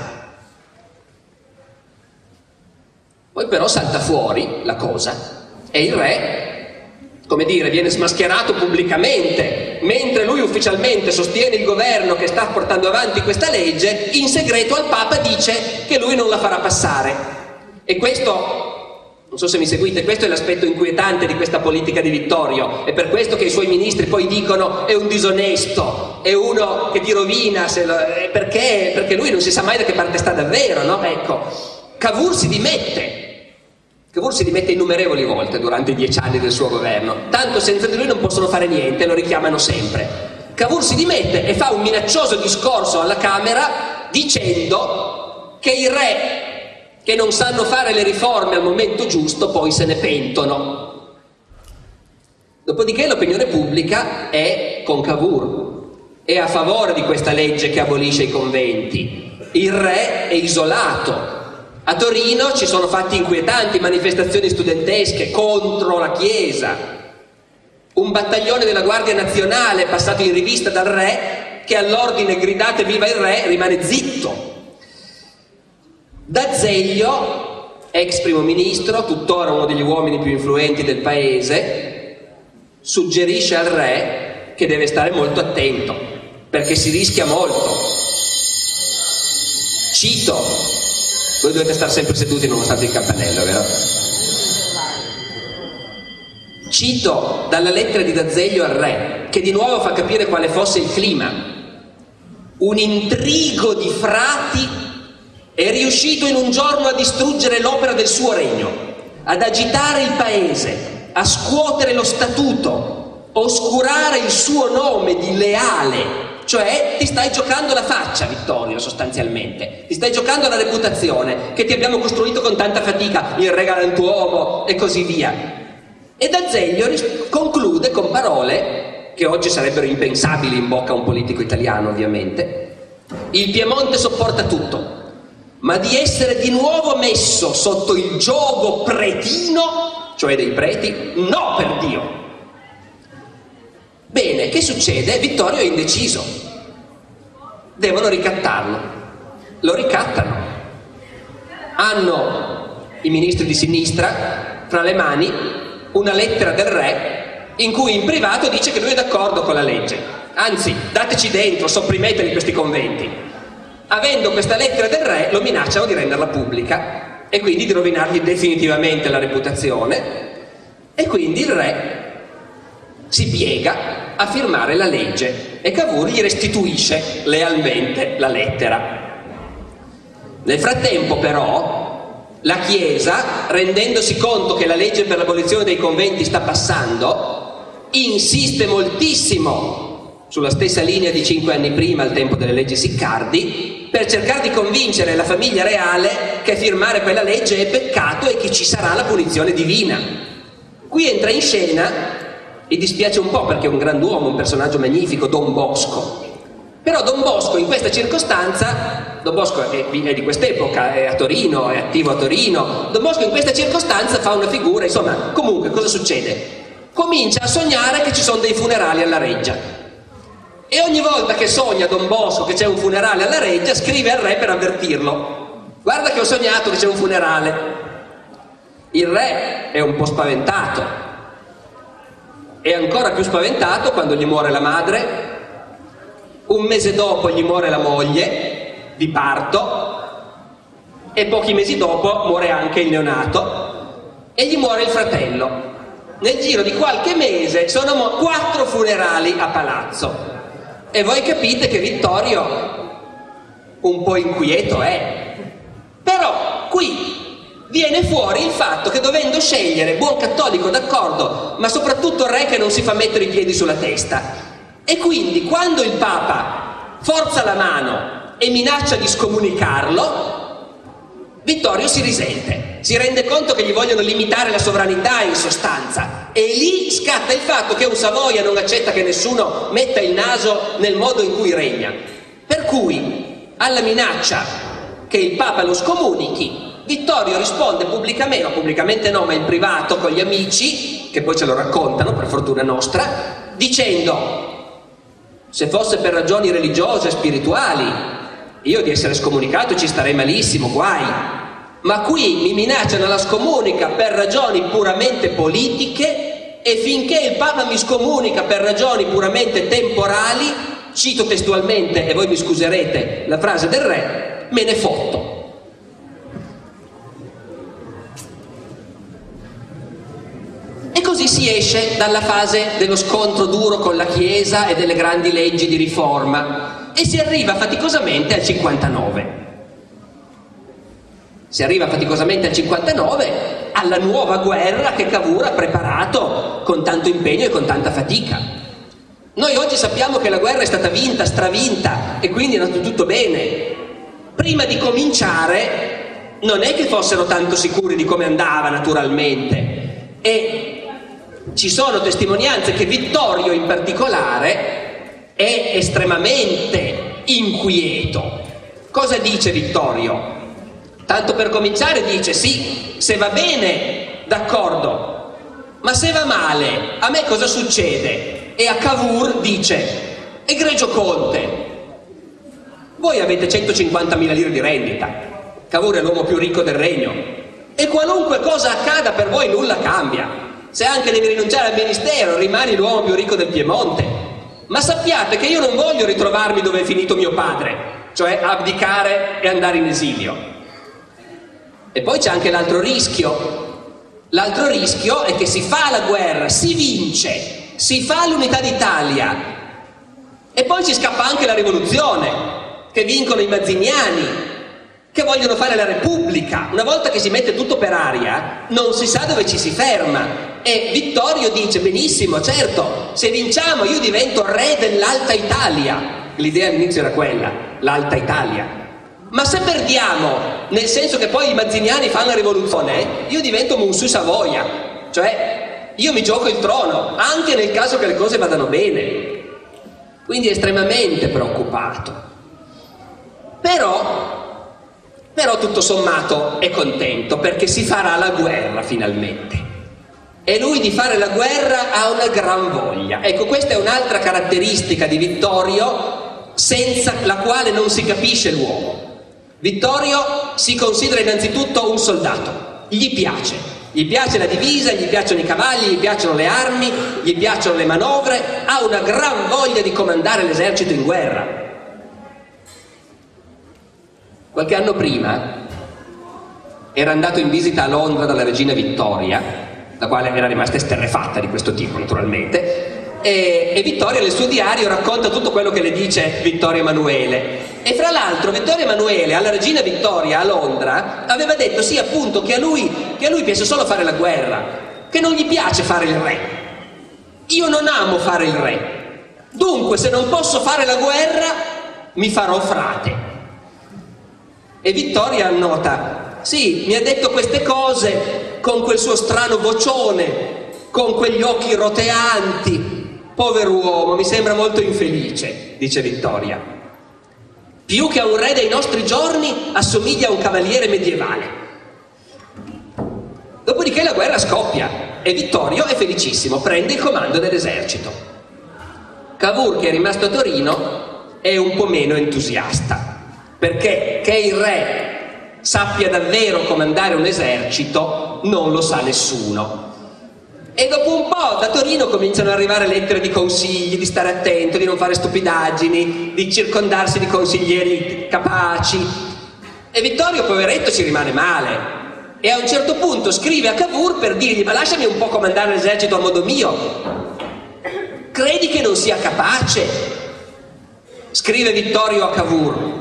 Poi però salta fuori la cosa e il re, come dire, viene smascherato pubblicamente, mentre lui ufficialmente sostiene il governo che sta portando avanti questa legge, in segreto al Papa dice che lui non la farà passare. E questo, non so se mi seguite, questo è l'aspetto inquietante di questa politica di Vittorio. È per questo che i suoi ministri poi dicono è un disonesto, è uno che ti rovina, se lo, perché? Perché lui non si sa mai da che parte sta davvero, no? Ecco, Cavour si dimette. Cavour si dimette innumerevoli volte durante i dieci anni del suo governo, tanto senza di lui non possono fare niente, lo richiamano sempre. Cavour si dimette e fa un minaccioso discorso alla Camera dicendo che i re che non sanno fare le riforme al momento giusto poi se ne pentono. Dopodiché l'opinione pubblica è con Cavour, è a favore di questa legge che abolisce i conventi. Il re è isolato. A Torino ci sono fatti inquietanti, manifestazioni studentesche contro la Chiesa. Un battaglione della Guardia Nazionale passato in rivista dal re, che all'ordine gridate viva il re, rimane zitto. D'Azeglio, ex primo ministro, tuttora uno degli uomini più influenti del paese, suggerisce al re che deve stare molto attento, perché si rischia molto. Cito, voi dovete stare sempre seduti nonostante il campanello, vero? Cito dalla lettera di D'Azeglio al re, che di nuovo fa capire quale fosse il clima. Un intrigo di frati è riuscito in un giorno a distruggere l'opera del suo regno, ad agitare il paese, a scuotere lo statuto, oscurare il suo nome di leale. Cioè ti stai giocando la faccia, Vittorio, sostanzialmente. Ti stai giocando la reputazione che ti abbiamo costruito con tanta fatica, il re galantuomo e così via. E D'Azeglio conclude con parole che oggi sarebbero impensabili in bocca a un politico italiano, ovviamente. Il Piemonte sopporta tutto, ma di essere di nuovo messo sotto il giogo pretino, cioè dei preti, no, per Dio. Bene, che succede? Vittorio è indeciso. Devono ricattarlo. Lo ricattano. Hanno i ministri di sinistra fra le mani una lettera del re in cui in privato dice che lui è d'accordo con la legge. Anzi, dateci dentro, sopprimeteli questi conventi. Avendo questa lettera del re, lo minacciano di renderla pubblica e quindi di rovinargli definitivamente la reputazione. E quindi il re si piega a firmare la legge e Cavour gli restituisce lealmente la lettera. Nel frattempo però La Chiesa, rendendosi conto che la legge per l'abolizione dei conventi sta passando, insiste moltissimo sulla stessa linea di cinque anni prima, al tempo delle leggi Siccardi, per cercare di convincere la famiglia reale che firmare quella legge è peccato e che ci sarà la punizione divina. Qui entra in scena, mi dispiace un po' perché è un grand'uomo, un personaggio magnifico, Don Bosco. Però Don Bosco in questa circostanza, Don Bosco è, è di quest'epoca, è a Torino, è attivo a Torino, Don Bosco in questa circostanza fa una figura, insomma, comunque cosa succede? Comincia a sognare che ci sono dei funerali alla Reggia. E ogni volta che sogna Don Bosco che c'è un funerale alla Reggia, scrive al re per avvertirlo. Guarda che ho sognato che c'è un funerale. Il re è un po' spaventato. È ancora più spaventato quando gli muore la madre. Un mese dopo gli muore la moglie di parto. E pochi mesi dopo muore anche il neonato. E gli muore il fratello. Nel giro di qualche mese sono quattro funerali a palazzo. E voi capite che Vittorio un po' inquieto è. Però qui viene fuori il fatto che, dovendo scegliere, buon cattolico d'accordo, ma soprattutto re che non si fa mettere i piedi sulla testa, e quindi quando il Papa forza la mano e minaccia di scomunicarlo, Vittorio si risente, si rende conto che gli vogliono limitare la sovranità in sostanza, e lì scatta il fatto che un Savoia non accetta che nessuno metta il naso nel modo in cui regna. Per cui alla minaccia che il Papa lo scomunichi, Vittorio risponde pubblicamente, no pubblicamente no, ma in privato con gli amici, che poi ce lo raccontano per fortuna nostra, dicendo: se fosse per ragioni religiose, spirituali, io di essere scomunicato ci starei malissimo, guai, ma qui mi minacciano la scomunica per ragioni puramente politiche, e finché il Papa mi scomunica per ragioni puramente temporali, cito testualmente, e voi mi scuserete la frase del re, me ne fotto. E così si esce dalla fase dello scontro duro con la Chiesa e delle grandi leggi di riforma, e si arriva faticosamente al cinquantanove. Si arriva faticosamente al cinquantanove, alla nuova guerra che Cavour ha preparato con tanto impegno e con tanta fatica. Noi oggi sappiamo che la guerra è stata vinta, stravinta, e quindi è andato tutto bene. Prima di cominciare non è che fossero tanto sicuri di come andava, naturalmente, e ci sono testimonianze che Vittorio in particolare è estremamente inquieto. Cosa dice Vittorio? Tanto per cominciare dice: sì, se va bene, d'accordo, ma se va male, a me cosa succede? E a Cavour dice: egregio conte, voi avete centocinquantamila lire di rendita, Cavour è l'uomo più ricco del regno, e qualunque cosa accada per voi nulla cambia. Se anche devi rinunciare al ministero, rimani l'uomo più ricco del Piemonte. Ma sappiate che io non voglio ritrovarmi dove è finito mio padre, cioè abdicare e andare in esilio. E poi c'è anche l'altro rischio. L'altro rischio è che si fa la guerra, si vince, si fa l'unità d'Italia, e poi ci scappa anche la rivoluzione, che vincono i mazziniani, che vogliono fare la Repubblica. Una volta che si mette tutto per aria, non si sa dove ci si ferma. E Vittorio dice: benissimo, certo, se vinciamo io divento re dell'Alta Italia. L'idea all'inizio era quella, l'Alta Italia. Ma se perdiamo, nel senso che poi i mazziniani fanno la rivoluzione, io divento Monsieur Savoia, cioè io mi gioco il trono, anche nel caso che le cose vadano bene. Quindi è estremamente preoccupato. Però, però tutto sommato è contento, perché si farà la guerra finalmente. E lui di fare la guerra ha una gran voglia. Ecco, questa è un'altra caratteristica di Vittorio senza la quale non si capisce l'uomo. Vittorio si considera innanzitutto un soldato, gli piace, gli piace la divisa, gli piacciono i cavalli, gli piacciono le armi, gli piacciono le manovre, ha una gran voglia di comandare l'esercito in guerra. Qualche anno prima era andato in visita a Londra dalla regina Vittoria, la quale era rimasta esterrefatta di questo tipo, naturalmente, E, e Vittoria nel suo diario racconta tutto quello che le dice Vittorio Emanuele. E fra l'altro Vittorio Emanuele alla regina Vittoria a Londra aveva detto sì, appunto, che a lui, che a lui piace solo fare la guerra, che non gli piace fare il re. Io non amo fare il re, dunque se non posso fare la guerra mi farò frate. E Vittoria annota: sì, mi ha detto queste cose con quel suo strano vocione, con quegli occhi roteanti. Povero uomo, mi sembra molto infelice, dice Vittoria. Più che a un re dei nostri giorni assomiglia a un cavaliere medievale. Dopodiché la guerra scoppia e Vittorio è felicissimo, prende il comando dell'esercito. Cavour, che è rimasto a Torino, è un po' meno entusiasta, perché che il re sappia davvero comandare un esercito non lo sa nessuno. E dopo un po' da Torino cominciano ad arrivare lettere di consigli, di stare attento, di non fare stupidaggini, di circondarsi di consiglieri capaci. E Vittorio, poveretto, ci rimane male. E a un certo punto scrive a Cavour per dirgli: ma lasciami un po' comandare l'esercito a modo mio. Credi che non sia capace? Scrive Vittorio a Cavour: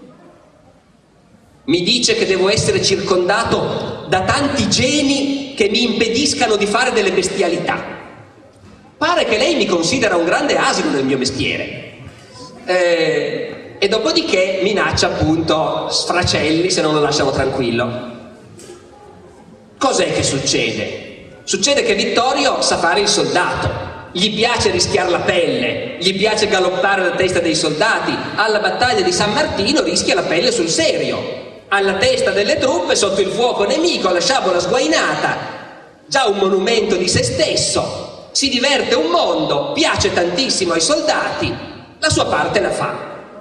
mi dice che devo essere circondato da tanti geni che mi impediscano di fare delle bestialità. Pare che lei mi considera un grande asino nel mio mestiere. Eh, e dopodiché minaccia appunto sfracelli se non lo lasciano tranquillo. Cos'è che succede? Succede che Vittorio sa fare il soldato, gli piace rischiare la pelle, gli piace galoppare alla testa dei soldati. Alla battaglia di San Martino rischia la pelle sul serio, alla testa delle truppe sotto il fuoco nemico, alla sciabola sguainata, già un monumento di se stesso, si diverte un mondo, piace tantissimo ai soldati, la sua parte la fa.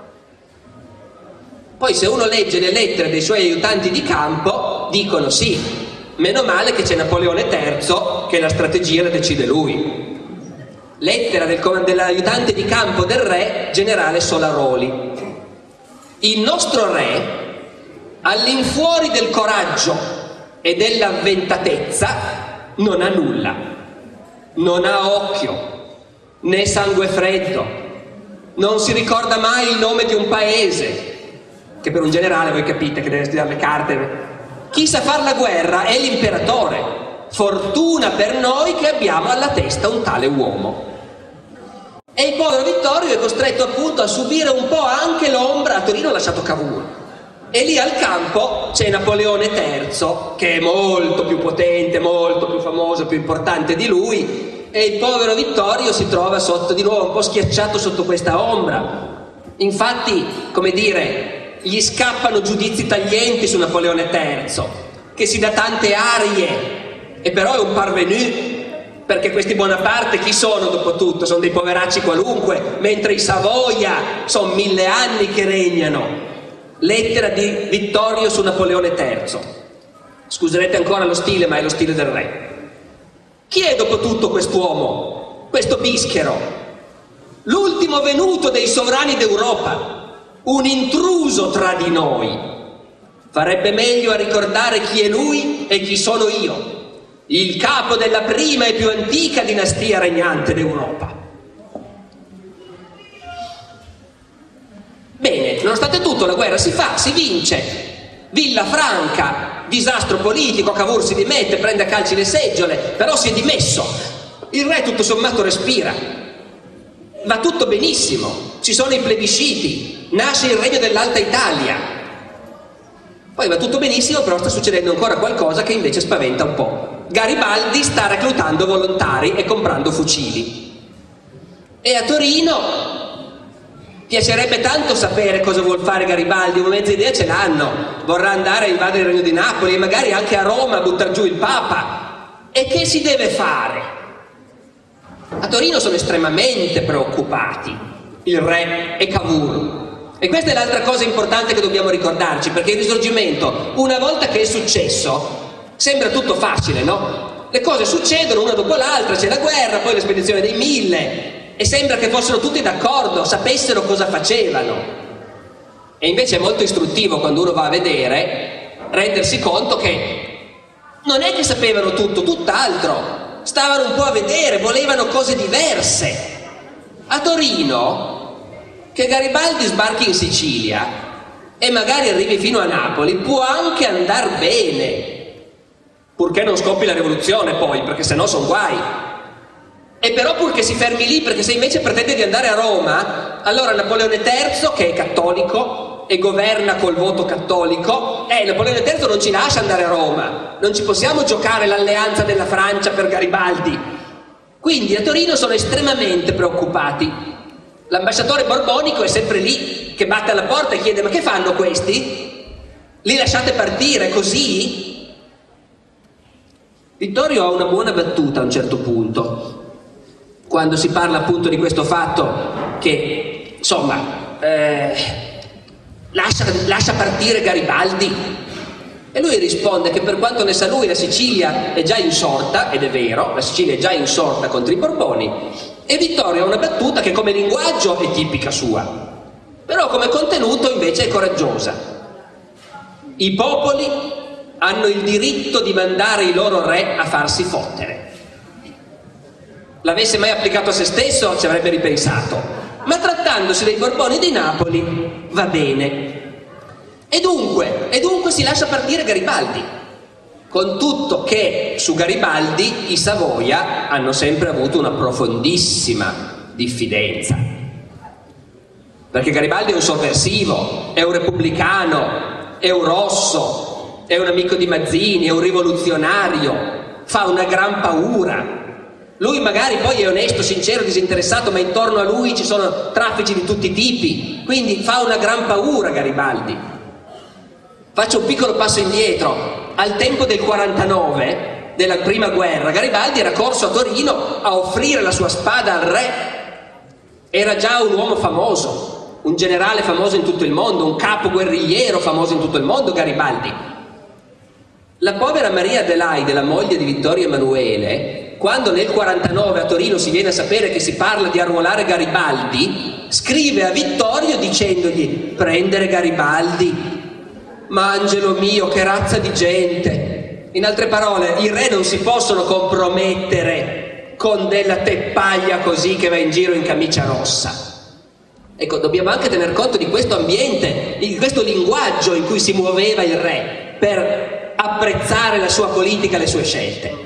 Poi se uno legge le lettere dei suoi aiutanti di campo, dicono sì, meno male che c'è Napoleone terzo, che la strategia la decide lui. Lettera del, dell'aiutante di campo del re, generale Solaroli: il nostro re, all'infuori del coraggio e dell'avventatezza, non ha nulla, non ha occhio né sangue freddo, non si ricorda mai il nome di un paese, che per un generale voi capite che deve studiare le carte. Chi sa far la guerra è l'imperatore. Fortuna per noi che abbiamo alla testa un tale uomo. E il povero Vittorio è costretto appunto a subire un po' anche l'ombra. A Torino ha lasciato Cavour e lì al campo c'è Napoleone terzo, che è molto più potente, molto più famoso, più importante di lui, e il povero Vittorio si trova sotto, di nuovo un po' schiacciato sotto questa ombra. Infatti, come dire, gli scappano giudizi taglienti su Napoleone terzo, che si dà tante arie e però è un parvenu, perché questi Bonaparte chi sono dopo tutto? Sono dei poveracci qualunque, mentre i Savoia sono mille anni che regnano. Lettera di Vittorio su Napoleone terzo. Scuserete ancora lo stile, ma è lo stile del re. Chi è dopo tutto quest'uomo? Questo bischero? L'ultimo venuto dei sovrani d'Europa, un intruso tra di noi. Farebbe meglio a ricordare chi è lui e chi sono io, il capo della prima e più antica dinastia regnante d'Europa. Bene, nonostante tutto la guerra si fa, si vince. Villafranca, disastro politico, Cavour si dimette, prende a calci le seggiole, però si è dimesso. Il re tutto sommato respira. Va tutto benissimo, ci sono i plebisciti, nasce il regno dell'Alta Italia. Poi va tutto benissimo, però sta succedendo ancora qualcosa che invece spaventa un po'. Garibaldi sta reclutando volontari e comprando fucili. E a Torino piacerebbe tanto sapere cosa vuol fare Garibaldi, una mezza idea ce l'hanno. Vorrà andare a invadere il Regno di Napoli e magari anche a Roma a buttar giù il Papa. E che si deve fare? A Torino sono estremamente preoccupati, il re e Cavour. E questa è l'altra cosa importante che dobbiamo ricordarci, perché il Risorgimento, una volta che è successo, sembra tutto facile, no? Le cose succedono una dopo l'altra, c'è la guerra, poi l'espedizione dei mille, e sembra che fossero tutti d'accordo, sapessero cosa facevano. E invece è molto istruttivo quando uno va a vedere, rendersi conto che non è che sapevano tutto, tutt'altro. stavano un po' a vedere, volevano cose diverse. A Torino, che Garibaldi sbarchi in Sicilia e magari arrivi fino a Napoli, può anche andar bene, purché non scoppi la rivoluzione poi, perché sennò sono guai. E però purché si fermi lì, perché se invece pretende di andare a Roma, allora Napoleone terzo, che è cattolico e governa col voto cattolico, eh, Napoleone terzo non ci lascia andare a Roma, non ci possiamo giocare l'alleanza della Francia per Garibaldi. Quindi a Torino sono estremamente preoccupati. L'ambasciatore borbonico è sempre lì, che batte alla porta e chiede: ma che fanno questi? Li lasciate partire così? Vittorio ha una buona battuta a un certo punto, quando si parla appunto di questo fatto che, insomma, eh, lascia, lascia partire Garibaldi. E lui risponde che per quanto ne sa lui la Sicilia è già insorta, ed è vero, la Sicilia è già insorta contro i Borboni, e Vittorio ha una battuta che come linguaggio è tipica sua, però come contenuto invece è coraggiosa. I popoli hanno il diritto di mandare i loro re a farsi fottere. L'avesse mai applicato a se stesso ci avrebbe ripensato, ma trattandosi dei Borboni di Napoli va bene. E dunque, e dunque si lascia partire Garibaldi, con tutto che su Garibaldi i Savoia hanno sempre avuto una profondissima diffidenza, perché Garibaldi è un sovversivo, è un repubblicano, è un rosso, è un amico di Mazzini, è un rivoluzionario, fa una gran paura. Lui magari poi è onesto, sincero, disinteressato, ma intorno a lui ci sono traffici di tutti i tipi, quindi fa una gran paura Garibaldi. Faccio un piccolo passo indietro. Al tempo del quarantanove, della prima guerra, Garibaldi era corso a Torino a offrire la sua spada al re. Era già un uomo famoso, un generale famoso in tutto il mondo, un capo guerrigliero famoso in tutto il mondo, Garibaldi. La povera Maria Adelaide, la moglie di Vittorio Emanuele, quando nel quarantanove a Torino si viene a sapere che si parla di arruolare Garibaldi, scrive a Vittorio dicendogli: prendere Garibaldi? Ma angelo mio, che razza di gente! In altre parole, i re non si possono compromettere con della teppaglia così che va in giro in camicia rossa. Ecco, dobbiamo anche tener conto di questo ambiente, di questo linguaggio in cui si muoveva il re per apprezzare la sua politica, le sue scelte.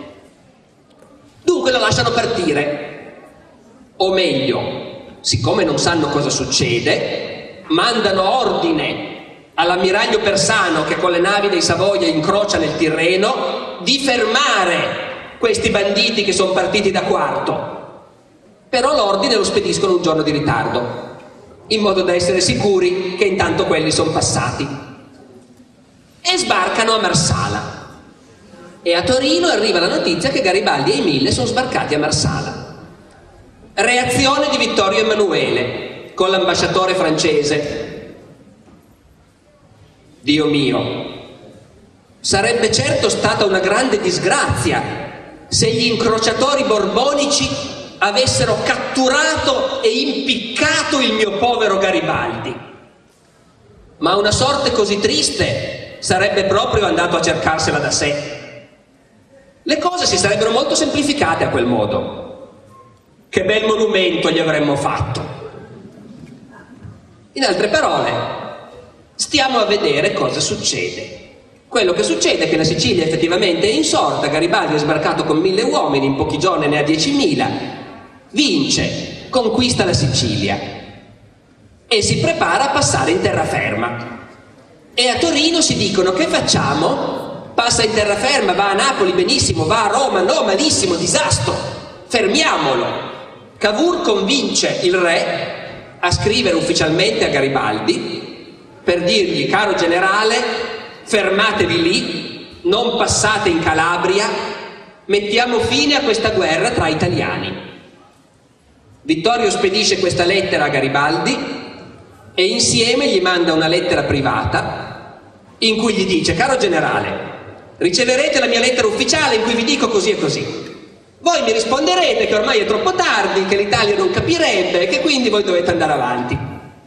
Dunque lo lasciano partire, o meglio, siccome non sanno cosa succede, mandano ordine all'ammiraglio Persano, che con le navi dei Savoia incrocia nel Tirreno, di fermare questi banditi che sono partiti da Quarto. Però l'ordine lo spediscono un giorno di ritardo, in modo da essere sicuri che intanto quelli sono passati. E sbarcano a Marsala. E a Torino arriva la notizia che Garibaldi e i Mille sono sbarcati a Marsala. Reazione di Vittorio Emanuele con l'ambasciatore francese: Dio mio, sarebbe certo stata una grande disgrazia se gli incrociatori borbonici avessero catturato e impiccato il mio povero Garibaldi. Ma una sorte così triste sarebbe proprio andato a cercarsela da sé. Le cose si sarebbero molto semplificate a quel modo. Che bel monumento gli avremmo fatto. In altre parole, stiamo a vedere cosa succede. Quello che succede è che la Sicilia effettivamente è insorta, Garibaldi è sbarcato con mille uomini, in pochi giorni ne ha diecimila, vince, conquista la Sicilia e si prepara a passare in terraferma. E a Torino si dicono: che facciamo? Passa in terraferma, va a Napoli, benissimo, va a Roma, no, malissimo, disastro, fermiamolo. Cavour convince il re a scrivere ufficialmente a Garibaldi per dirgli: caro generale, fermatevi lì, non passate in Calabria, mettiamo fine a questa guerra tra italiani. Vittorio spedisce questa lettera a Garibaldi e insieme gli manda una lettera privata in cui gli dice: caro generale, riceverete la mia lettera ufficiale in cui vi dico così e così. Voi mi risponderete che ormai è troppo tardi, che l'Italia non capirebbe e che quindi voi dovete andare avanti.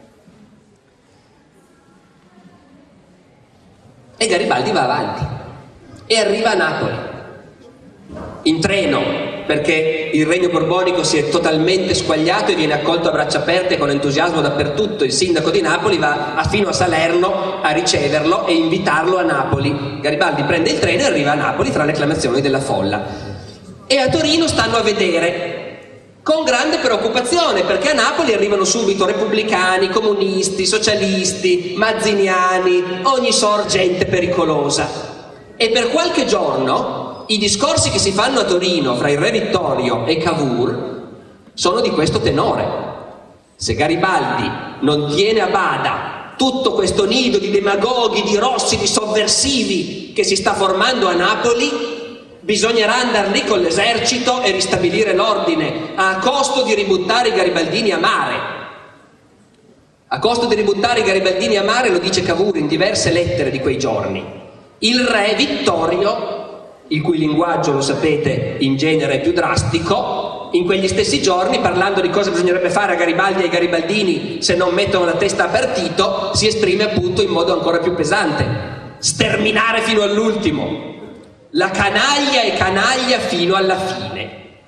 E Garibaldi va avanti e arriva a Napoli in treno, perché il regno borbonico si è totalmente squagliato e viene accolto a braccia aperte con entusiasmo dappertutto. Il sindaco di Napoli va a, fino a Salerno a riceverlo e invitarlo a Napoli. Garibaldi prende il treno e arriva a Napoli fra le acclamazioni della folla. E a Torino stanno a vedere con grande preoccupazione, perché a Napoli arrivano subito repubblicani, comunisti, socialisti, mazziniani, ogni sorgente pericolosa. E per qualche giorno i discorsi che si fanno a Torino fra il re Vittorio e Cavour sono di questo tenore: se Garibaldi non tiene a bada tutto questo nido di demagoghi, di rossi, di sovversivi che si sta formando a Napoli, bisognerà andare lì con l'esercito e ristabilire l'ordine, a costo di ributtare i garibaldini a mare. A costo di ributtare i garibaldini a mare, lo dice Cavour in diverse lettere di quei giorni. Il re Vittorio, il cui linguaggio, lo sapete, in genere è più drastico, in quegli stessi giorni, parlando di cosa bisognerebbe fare a Garibaldi e ai garibaldini se non mettono la testa a partito, si esprime appunto in modo ancora più pesante: sterminare fino all'ultimo. La canaglia è canaglia fino alla fine.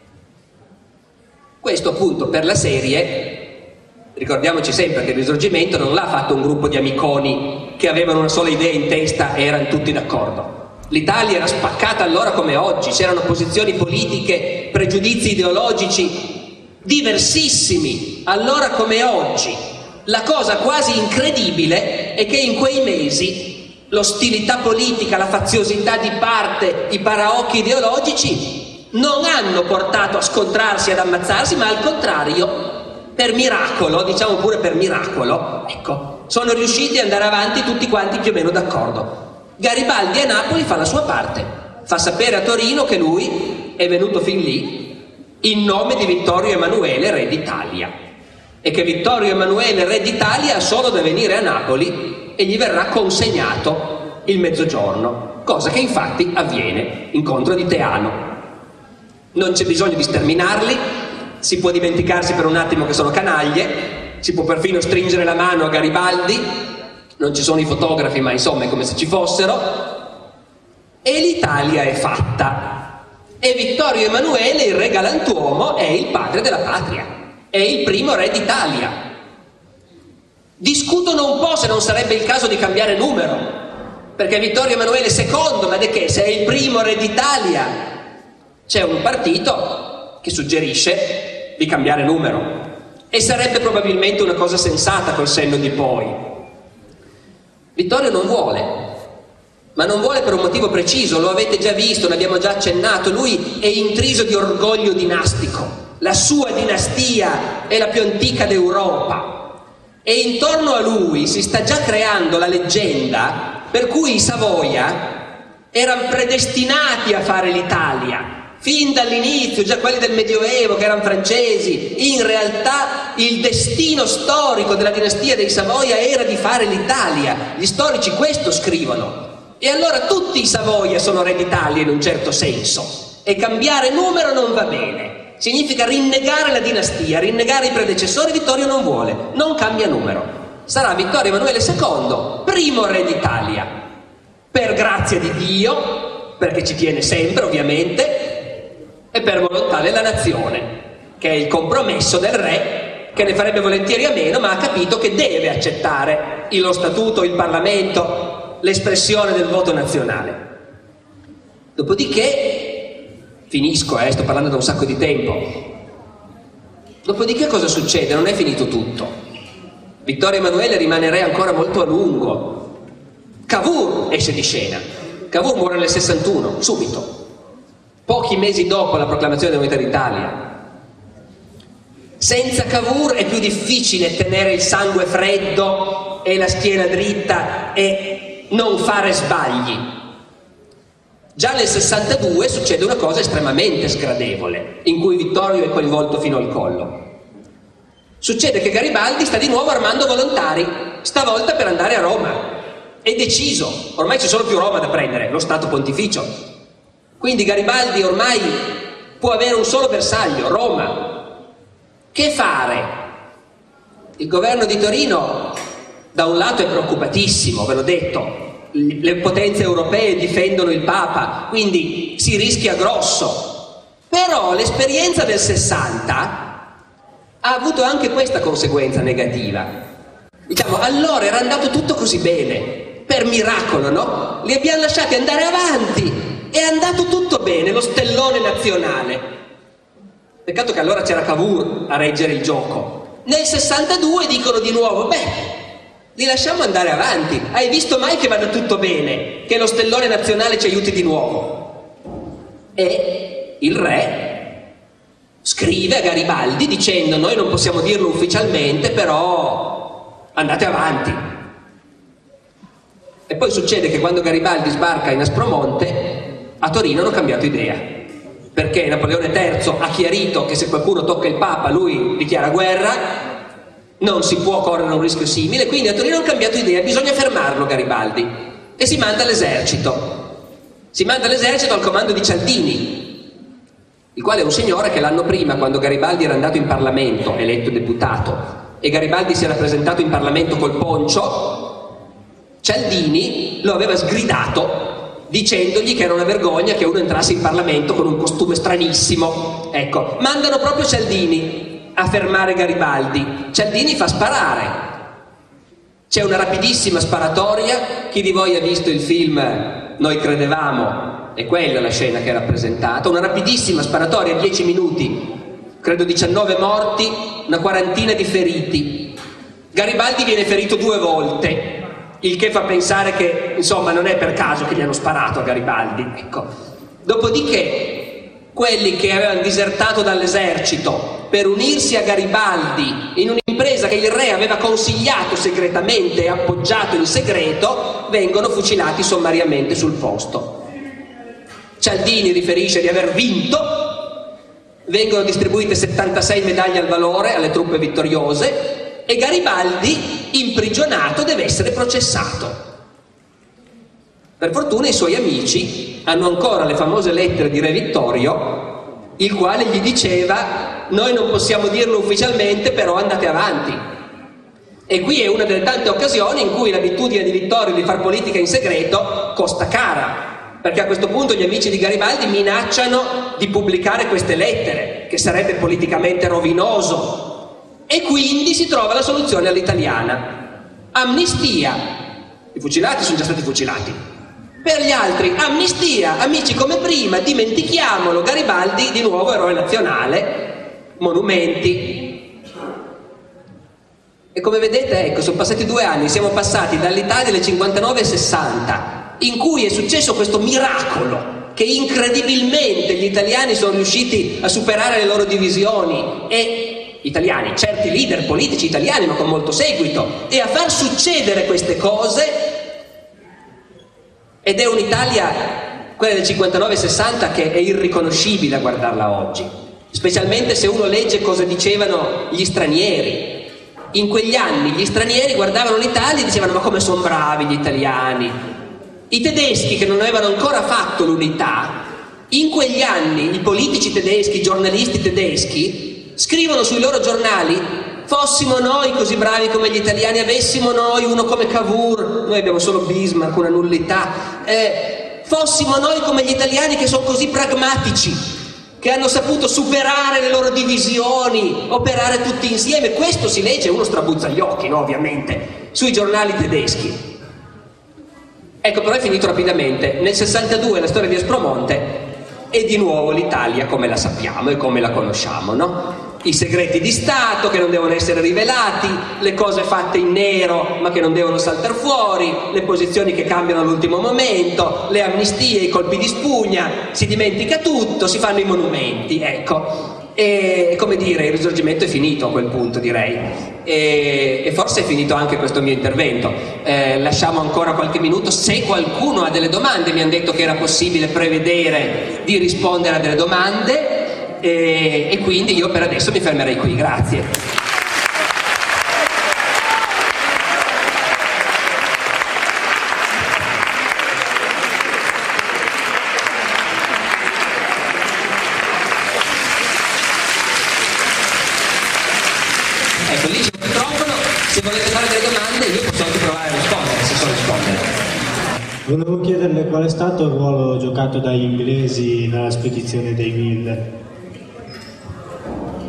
Questo appunto per la serie, ricordiamoci sempre che il Risorgimento non l'ha fatto un gruppo di amiconi che avevano una sola idea in testa e erano tutti d'accordo. L'Italia era spaccata allora come oggi, c'erano posizioni politiche, pregiudizi ideologici diversissimi, allora come oggi. La cosa quasi incredibile è che in quei mesi l'ostilità politica, la faziosità di parte, i paraocchi ideologici non hanno portato a scontrarsi, ad ammazzarsi, ma al contrario, per miracolo, diciamo pure per miracolo, ecco, sono riusciti ad andare avanti tutti quanti più o meno d'accordo. Garibaldi a Napoli fa la sua parte, fa sapere a Torino che lui è venuto fin lì in nome di Vittorio Emanuele, re d'Italia, e che Vittorio Emanuele, re d'Italia, ha solo da venire a Napoli e gli verrà consegnato il mezzogiorno, cosa che infatti avviene, incontro di Teano. Non c'è bisogno di sterminarli, si può dimenticarsi per un attimo che sono canaglie, si può perfino stringere la mano a Garibaldi, non ci sono i fotografi ma insomma è come se ci fossero, e l'Italia è fatta. E Vittorio Emanuele, il re galantuomo, è il padre della patria, è il primo re d'Italia. Discutono un po' se non sarebbe il caso di cambiare numero, perché Vittorio Emanuele secondo, ma di che? Se è il primo re d'Italia, c'è un partito che suggerisce di cambiare numero, e sarebbe probabilmente una cosa sensata col senno di poi. Vittorio non vuole, ma non vuole per un motivo preciso, lo avete già visto, ne abbiamo già accennato. Lui è intriso di orgoglio dinastico, la sua dinastia è la più antica d'Europa. E intorno a lui si sta già creando la leggenda per cui i Savoia erano predestinati a fare l'Italia. Fin dall'inizio, già quelli del Medioevo che erano francesi, in realtà il destino storico della dinastia dei Savoia era di fare l'Italia. Gli storici questo scrivono. E allora tutti i Savoia sono re d'Italia in un certo senso. E cambiare numero non va bene. Significa rinnegare la dinastia, rinnegare i predecessori. Vittorio non vuole, non cambia numero. Sarà Vittorio Emanuele secondo, primo re d'Italia, per grazia di Dio, perché ci tiene sempre ovviamente, e per volontà della nazione, che è il compromesso del re, che ne farebbe volentieri a meno, ma ha capito che deve accettare lo statuto, il Parlamento, l'espressione del voto nazionale. Dopodiché finisco, eh, sto parlando da un sacco di tempo. Dopodiché cosa succede? Non è finito tutto. Vittorio Emanuele rimane re ancora molto a lungo. Cavour esce di scena. Cavour muore nel sessantuno, subito, pochi mesi dopo la proclamazione dell'unità d'Italia. Senza Cavour è più difficile tenere il sangue freddo e la schiena dritta e non fare sbagli. Già nel sessantadue succede una cosa estremamente sgradevole, in cui Vittorio è coinvolto fino al collo. Succede che Garibaldi sta di nuovo armando volontari, stavolta per andare a Roma. È deciso, ormai c'è solo più Roma da prendere, lo Stato Pontificio. Quindi Garibaldi ormai può avere un solo bersaglio, Roma. Che fare? Il governo di Torino da un lato è preoccupatissimo, ve l'ho detto, le potenze europee difendono il Papa, quindi si rischia grosso. Per Però l'esperienza del sessanta ha avuto anche questa conseguenza negativa. Diciamo, allora era andato tutto così bene, per miracolo, no? Li abbiamo lasciati andare avanti, è andato tutto bene, lo stellone nazionale. Peccato che allora c'era Cavour a reggere il gioco. Nel sessantadue dicono di nuovo, beh, li lasciamo andare avanti. Hai visto mai che vada tutto bene? Che lo stellone nazionale ci aiuti di nuovo? E il re scrive a Garibaldi dicendo, noi non possiamo dirlo ufficialmente, però andate avanti. E poi succede che quando Garibaldi sbarca in Aspromonte, a Torino hanno cambiato idea, perché Napoleone terzo ha chiarito che se qualcuno tocca il Papa lui dichiara guerra, non si può correre un rischio simile, quindi a Torino hanno cambiato idea, bisogna fermarlo Garibaldi, e si manda l'esercito. Si manda l'esercito al comando di Cialdini, il quale è un signore che l'anno prima, quando Garibaldi era andato in Parlamento, eletto deputato, e Garibaldi si era presentato in Parlamento col poncio, Cialdini lo aveva sgridato dicendogli che era una vergogna che uno entrasse in Parlamento con un costume stranissimo. Ecco, mandano proprio Cialdini a fermare Garibaldi. Cialdini fa sparare. C'è una rapidissima sparatoria. Chi di voi ha visto il film Noi credevamo? È quella la scena che è rappresentata. Una rapidissima sparatoria, dieci minuti, credo diciannove morti, una quarantina di feriti. Garibaldi viene ferito due volte, il che fa pensare che, insomma, non è per caso che gli hanno sparato a Garibaldi. Ecco. Dopodiché, quelli che avevano disertato dall'esercito per unirsi a Garibaldi in un'impresa che il re aveva consigliato segretamente e appoggiato in segreto, vengono fucilati sommariamente sul posto. Cialdini riferisce di aver vinto, vengono distribuite settantasei medaglie al valore alle truppe vittoriose e Garibaldi, imprigionato, deve essere processato. Per fortuna i suoi amici hanno ancora le famose lettere di Re Vittorio, il quale gli diceva: noi non possiamo dirlo ufficialmente, però andate avanti. E qui è una delle tante occasioni in cui l'abitudine di Vittorio di far politica in segreto costa cara, perché a questo punto gli amici di Garibaldi minacciano di pubblicare queste lettere, che sarebbe politicamente rovinoso. E quindi si trova la soluzione all'italiana: amnistia. I fucilati sono già stati fucilati. Per gli altri amnistia, amici come prima, dimentichiamolo, Garibaldi di nuovo eroe nazionale, monumenti. E come vedete, ecco, sono passati due anni, siamo passati dall'Italia del cinquantanove ai sessanta, in cui è successo questo miracolo, che incredibilmente gli italiani sono riusciti a superare le loro divisioni, e italiani, certi leader politici italiani, ma con molto seguito, e a far succedere queste cose. Ed è un'Italia, quella del cinquantanove sessanta, che è irriconoscibile a guardarla oggi, specialmente se uno legge cosa dicevano gli stranieri. In quegli anni gli stranieri guardavano l'Italia e dicevano: ma come sono bravi gli italiani. I tedeschi, che non avevano ancora fatto l'unità, in quegli anni i politici tedeschi, i giornalisti tedeschi scrivono sui loro giornali: fossimo noi così bravi come gli italiani, avessimo noi uno come Cavour, noi abbiamo solo Bismarck, una nullità, eh, fossimo noi come gli italiani che sono così pragmatici, che hanno saputo superare le loro divisioni, operare tutti insieme. Questo si legge, uno strabuzza gli occhi, no, ovviamente, sui giornali tedeschi. Ecco, però è finito rapidamente. Nel sessantadue la storia di Aspromonte è di nuovo l'Italia come la sappiamo e come la conosciamo, no? I segreti di Stato che non devono essere rivelati, le cose fatte in nero ma che non devono saltare fuori, le posizioni che cambiano all'ultimo momento, le amnistie, i colpi di spugna, si dimentica tutto, si fanno i monumenti, ecco. E come dire, il risorgimento è finito a quel punto, direi, e, e forse è finito anche questo mio intervento. Eh, lasciamo ancora qualche minuto se qualcuno ha delle domande. Mi hanno detto che era possibile prevedere di rispondere a delle domande. E, e quindi io per adesso mi fermerei qui, grazie. Ecco, lì c'è il microfono, se volete fare delle domande io posso anche provare a rispondere, se so rispondere. Volevo chiederle qual è stato il ruolo giocato dagli inglesi nella spedizione dei Mille.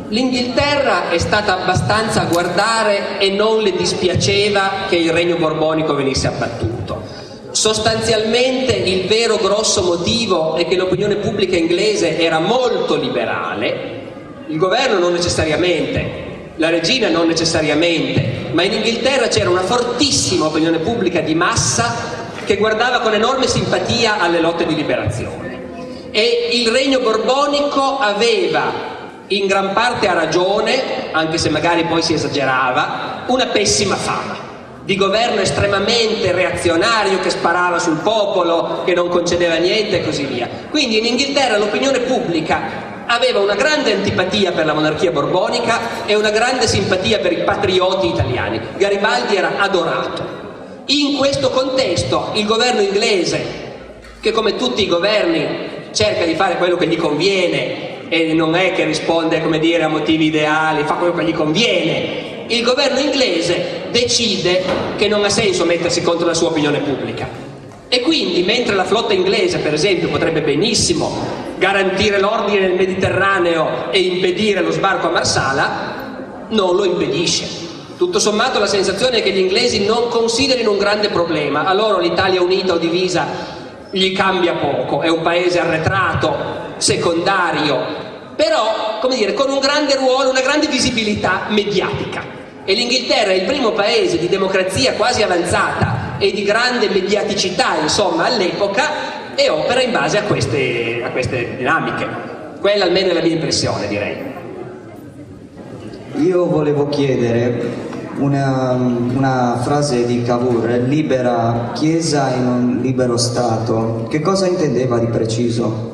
L'Inghilterra è stata abbastanza a guardare e non le dispiaceva che il regno borbonico venisse abbattuto. Sostanzialmente il vero grosso motivo è che l'opinione pubblica inglese era molto liberale, il governo non necessariamente, la regina non necessariamente, ma in Inghilterra c'era una fortissima opinione pubblica di massa che guardava con enorme simpatia alle lotte di liberazione. E il regno borbonico aveva, in gran parte a ragione, anche se magari poi si esagerava, una pessima fama di governo estremamente reazionario che sparava sul popolo, che non concedeva niente e così via. Quindi in Inghilterra l'opinione pubblica aveva una grande antipatia per la monarchia borbonica e una grande simpatia per i patrioti italiani. Garibaldi era adorato. In questo contesto il governo inglese, che come tutti i governi cerca di fare quello che gli conviene e non è che risponde, come dire, a motivi ideali, fa quello che gli conviene, il governo inglese decide che non ha senso mettersi contro la sua opinione pubblica. E quindi, mentre la flotta inglese, per esempio, potrebbe benissimo garantire l'ordine nel Mediterraneo e impedire lo sbarco a Marsala, non lo impedisce. Tutto sommato la sensazione è che gli inglesi non considerino un grande problema. A loro l'Italia unita o divisa gli cambia poco, è un paese arretrato, secondario, però, come dire, con un grande ruolo, una grande visibilità mediatica. E l'Inghilterra è il primo paese di democrazia quasi avanzata e di grande mediaticità, insomma, all'epoca, e opera in base a queste, a queste dinamiche. Quella almeno è la mia impressione, direi. Io volevo chiedere una, una frase di Cavour: libera Chiesa in un libero Stato. Che cosa intendeva di preciso?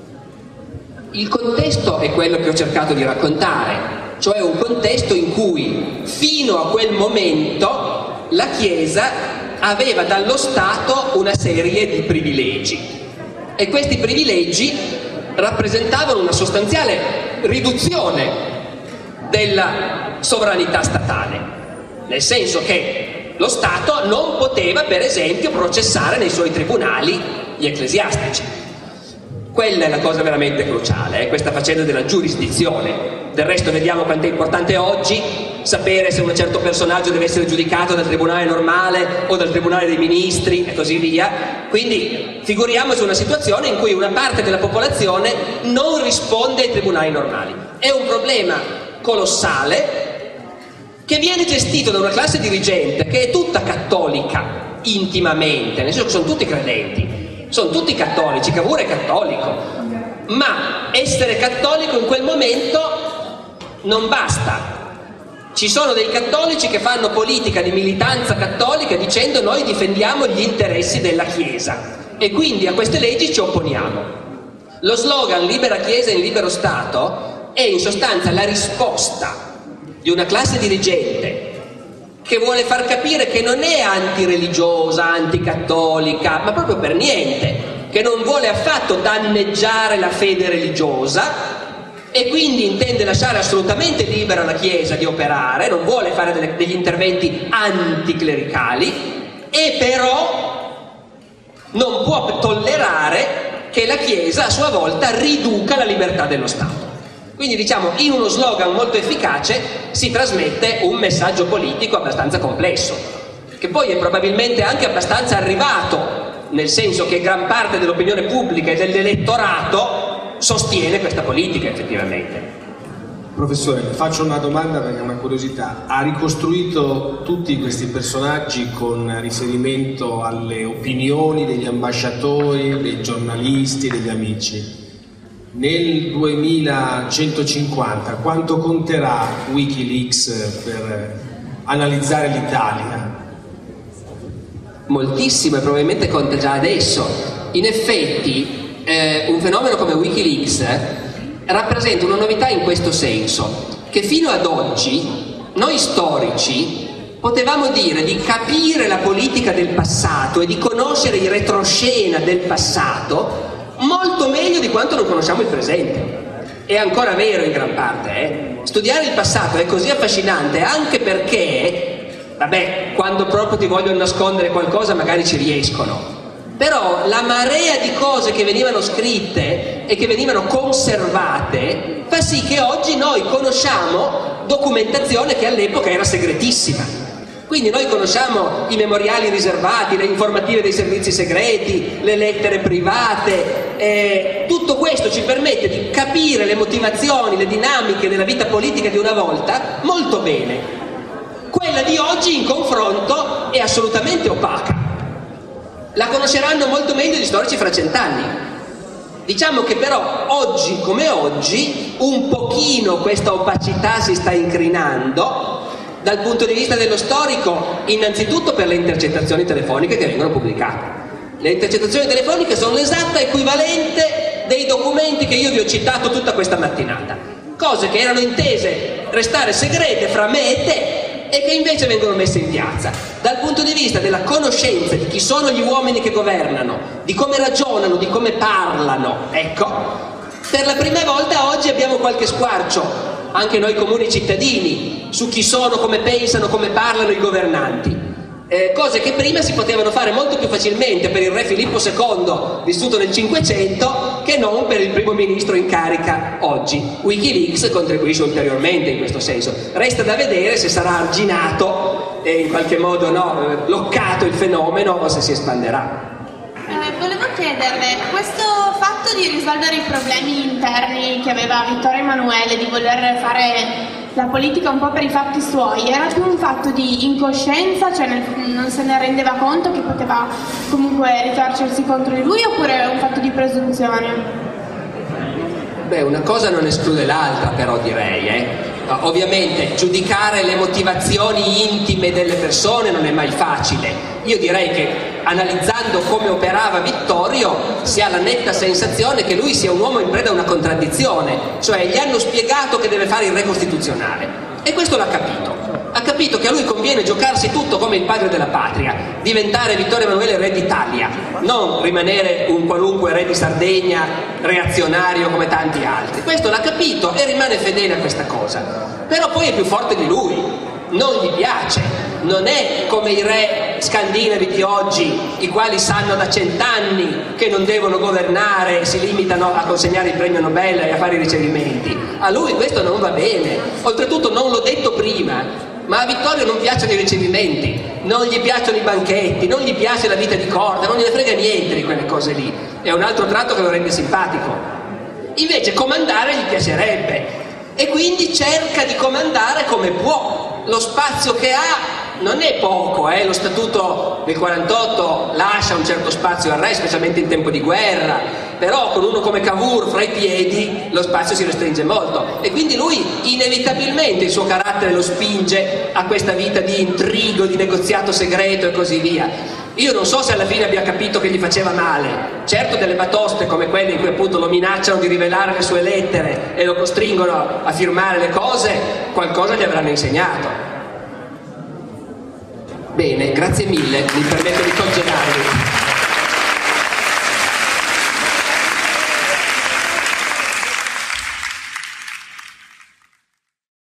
Il contesto è quello che ho cercato di raccontare, cioè un contesto in cui fino a quel momento la Chiesa aveva dallo Stato una serie di privilegi e questi privilegi rappresentavano una sostanziale riduzione della sovranità statale, nel senso che lo Stato non poteva, per esempio, processare nei suoi tribunali gli ecclesiastici. Quella è la cosa veramente cruciale, eh, questa faccenda della giurisdizione. Del resto vediamo quanto è importante oggi sapere se un certo personaggio deve essere giudicato dal tribunale normale o dal tribunale dei ministri e così via. Quindi figuriamoci una situazione in cui una parte della popolazione non risponde ai tribunali normali. È un problema colossale che viene gestito da una classe dirigente che è tutta cattolica intimamente, nel senso che sono tutti credenti. Sono tutti cattolici, Cavour è cattolico, ma essere cattolico in quel momento non basta. Ci sono dei cattolici che fanno politica di militanza cattolica dicendo noi difendiamo gli interessi della Chiesa e quindi a queste leggi ci opponiamo. Lo slogan libera Chiesa in libero Stato è in sostanza la risposta di una classe dirigente che vuole far capire che non è antireligiosa, anticattolica, ma proprio per niente, che non vuole affatto danneggiare la fede religiosa e quindi intende lasciare assolutamente libera la Chiesa di operare, non vuole fare delle, degli interventi anticlericali, e però non può tollerare che la Chiesa a sua volta riduca la libertà dello Stato. Quindi diciamo, in uno slogan molto efficace si trasmette un messaggio politico abbastanza complesso, che poi è probabilmente anche abbastanza arrivato, nel senso che gran parte dell'opinione pubblica e dell'elettorato sostiene questa politica effettivamente. Professore, faccio una domanda perché è una curiosità. Ha ricostruito tutti questi personaggi con riferimento alle opinioni degli ambasciatori, dei giornalisti, degli amici. Nel duemilacentocinquanta quanto conterà Wikileaks per analizzare l'Italia? Moltissimo, e probabilmente conta già adesso. In effetti eh, un fenomeno come Wikileaks eh, rappresenta una novità in questo senso, che fino ad oggi noi storici potevamo dire di capire la politica del passato e di conoscere il retroscena del passato molto meglio di quanto non conosciamo il presente. È ancora vero in gran parte, eh? Studiare il passato è così affascinante anche perché, vabbè, quando proprio ti vogliono nascondere qualcosa magari ci riescono, Però la marea di cose che venivano scritte e che venivano conservate fa sì che oggi noi conosciamo documentazione che all'epoca era segretissima. Quindi noi conosciamo i memoriali riservati, le informative dei servizi segreti, le lettere private, eh, tutto questo ci permette di capire le motivazioni, le dinamiche della vita politica di una volta molto bene. Quella di oggi in confronto è assolutamente opaca. La conosceranno molto meglio gli storici fra cent'anni. Diciamo che però oggi come oggi un pochino questa opacità si sta incrinando dal punto di vista dello storico, innanzitutto per le intercettazioni telefoniche che vengono pubblicate. Le intercettazioni telefoniche sono l'esatta equivalente dei documenti che io vi ho citato tutta questa mattinata, cose che erano intese restare segrete fra me e te e che invece vengono messe in piazza. Dal punto di vista della conoscenza di chi sono gli uomini che governano, di come ragionano, di come parlano, ecco, per la prima volta oggi abbiamo qualche squarcio, anche noi comuni cittadini, su chi sono, come pensano, come parlano i governanti. Eh, cose che prima si potevano fare molto più facilmente per il re Filippo secondo, vissuto nel Cinquecento, che non per il primo ministro in carica oggi. Wikileaks contribuisce ulteriormente in questo senso. Resta da vedere se sarà arginato e in qualche modo no, bloccato il fenomeno o se si espanderà. Eh, volevo chiederle, questo fatto di risolvere i problemi interni che aveva Vittorio Emanuele, di voler fare la politica un po' per i fatti suoi, era più un fatto di incoscienza, cioè nel, non se ne rendeva conto che poteva comunque ritorcersi contro di lui, oppure era un fatto di presunzione? Beh, una cosa non esclude l'altra, però direi, eh. Ovviamente giudicare le motivazioni intime delle persone non è mai facile. Io direi che analizzando come operava Vittorio si ha la netta sensazione che lui sia un uomo in preda a una contraddizione, cioè gli hanno spiegato che deve fare il re costituzionale e questo l'ha capito. Ha capito che a lui conviene giocarsi tutto come il padre della patria, diventare Vittorio Emanuele re d'Italia, non rimanere un qualunque re di Sardegna reazionario come tanti altri. Questo l'ha capito e rimane fedele a questa cosa. Però poi è più forte di lui, non gli piace, non è come i re scandinavi di oggi, i quali sanno da cent'anni che non devono governare, si limitano a consegnare il premio Nobel e a fare i ricevimenti. A lui questo non va bene. Oltretutto non l'ho detto prima, ma a Vittorio non piacciono i ricevimenti, non gli piacciono i banchetti, non gli piace la vita di corte, non gliene frega niente di quelle cose lì. È un altro tratto che lo rende simpatico. Invece comandare gli piacerebbe e quindi cerca di comandare come può. Lo spazio che ha non è poco, eh? Lo statuto del quarantotto lascia un certo spazio al re, specialmente in tempo di guerra, però con uno come Cavour fra i piedi lo spazio si restringe molto e quindi lui inevitabilmente il suo carattere lo spinge a questa vita di intrigo, di negoziato segreto e così via. Io non so se alla fine abbia capito che gli faceva male. Certo delle batoste come quelle in cui appunto lo minacciano di rivelare le sue lettere e lo costringono a firmare le cose, qualcosa gli avranno insegnato. Bene, grazie mille, mi permetto di congedarvi.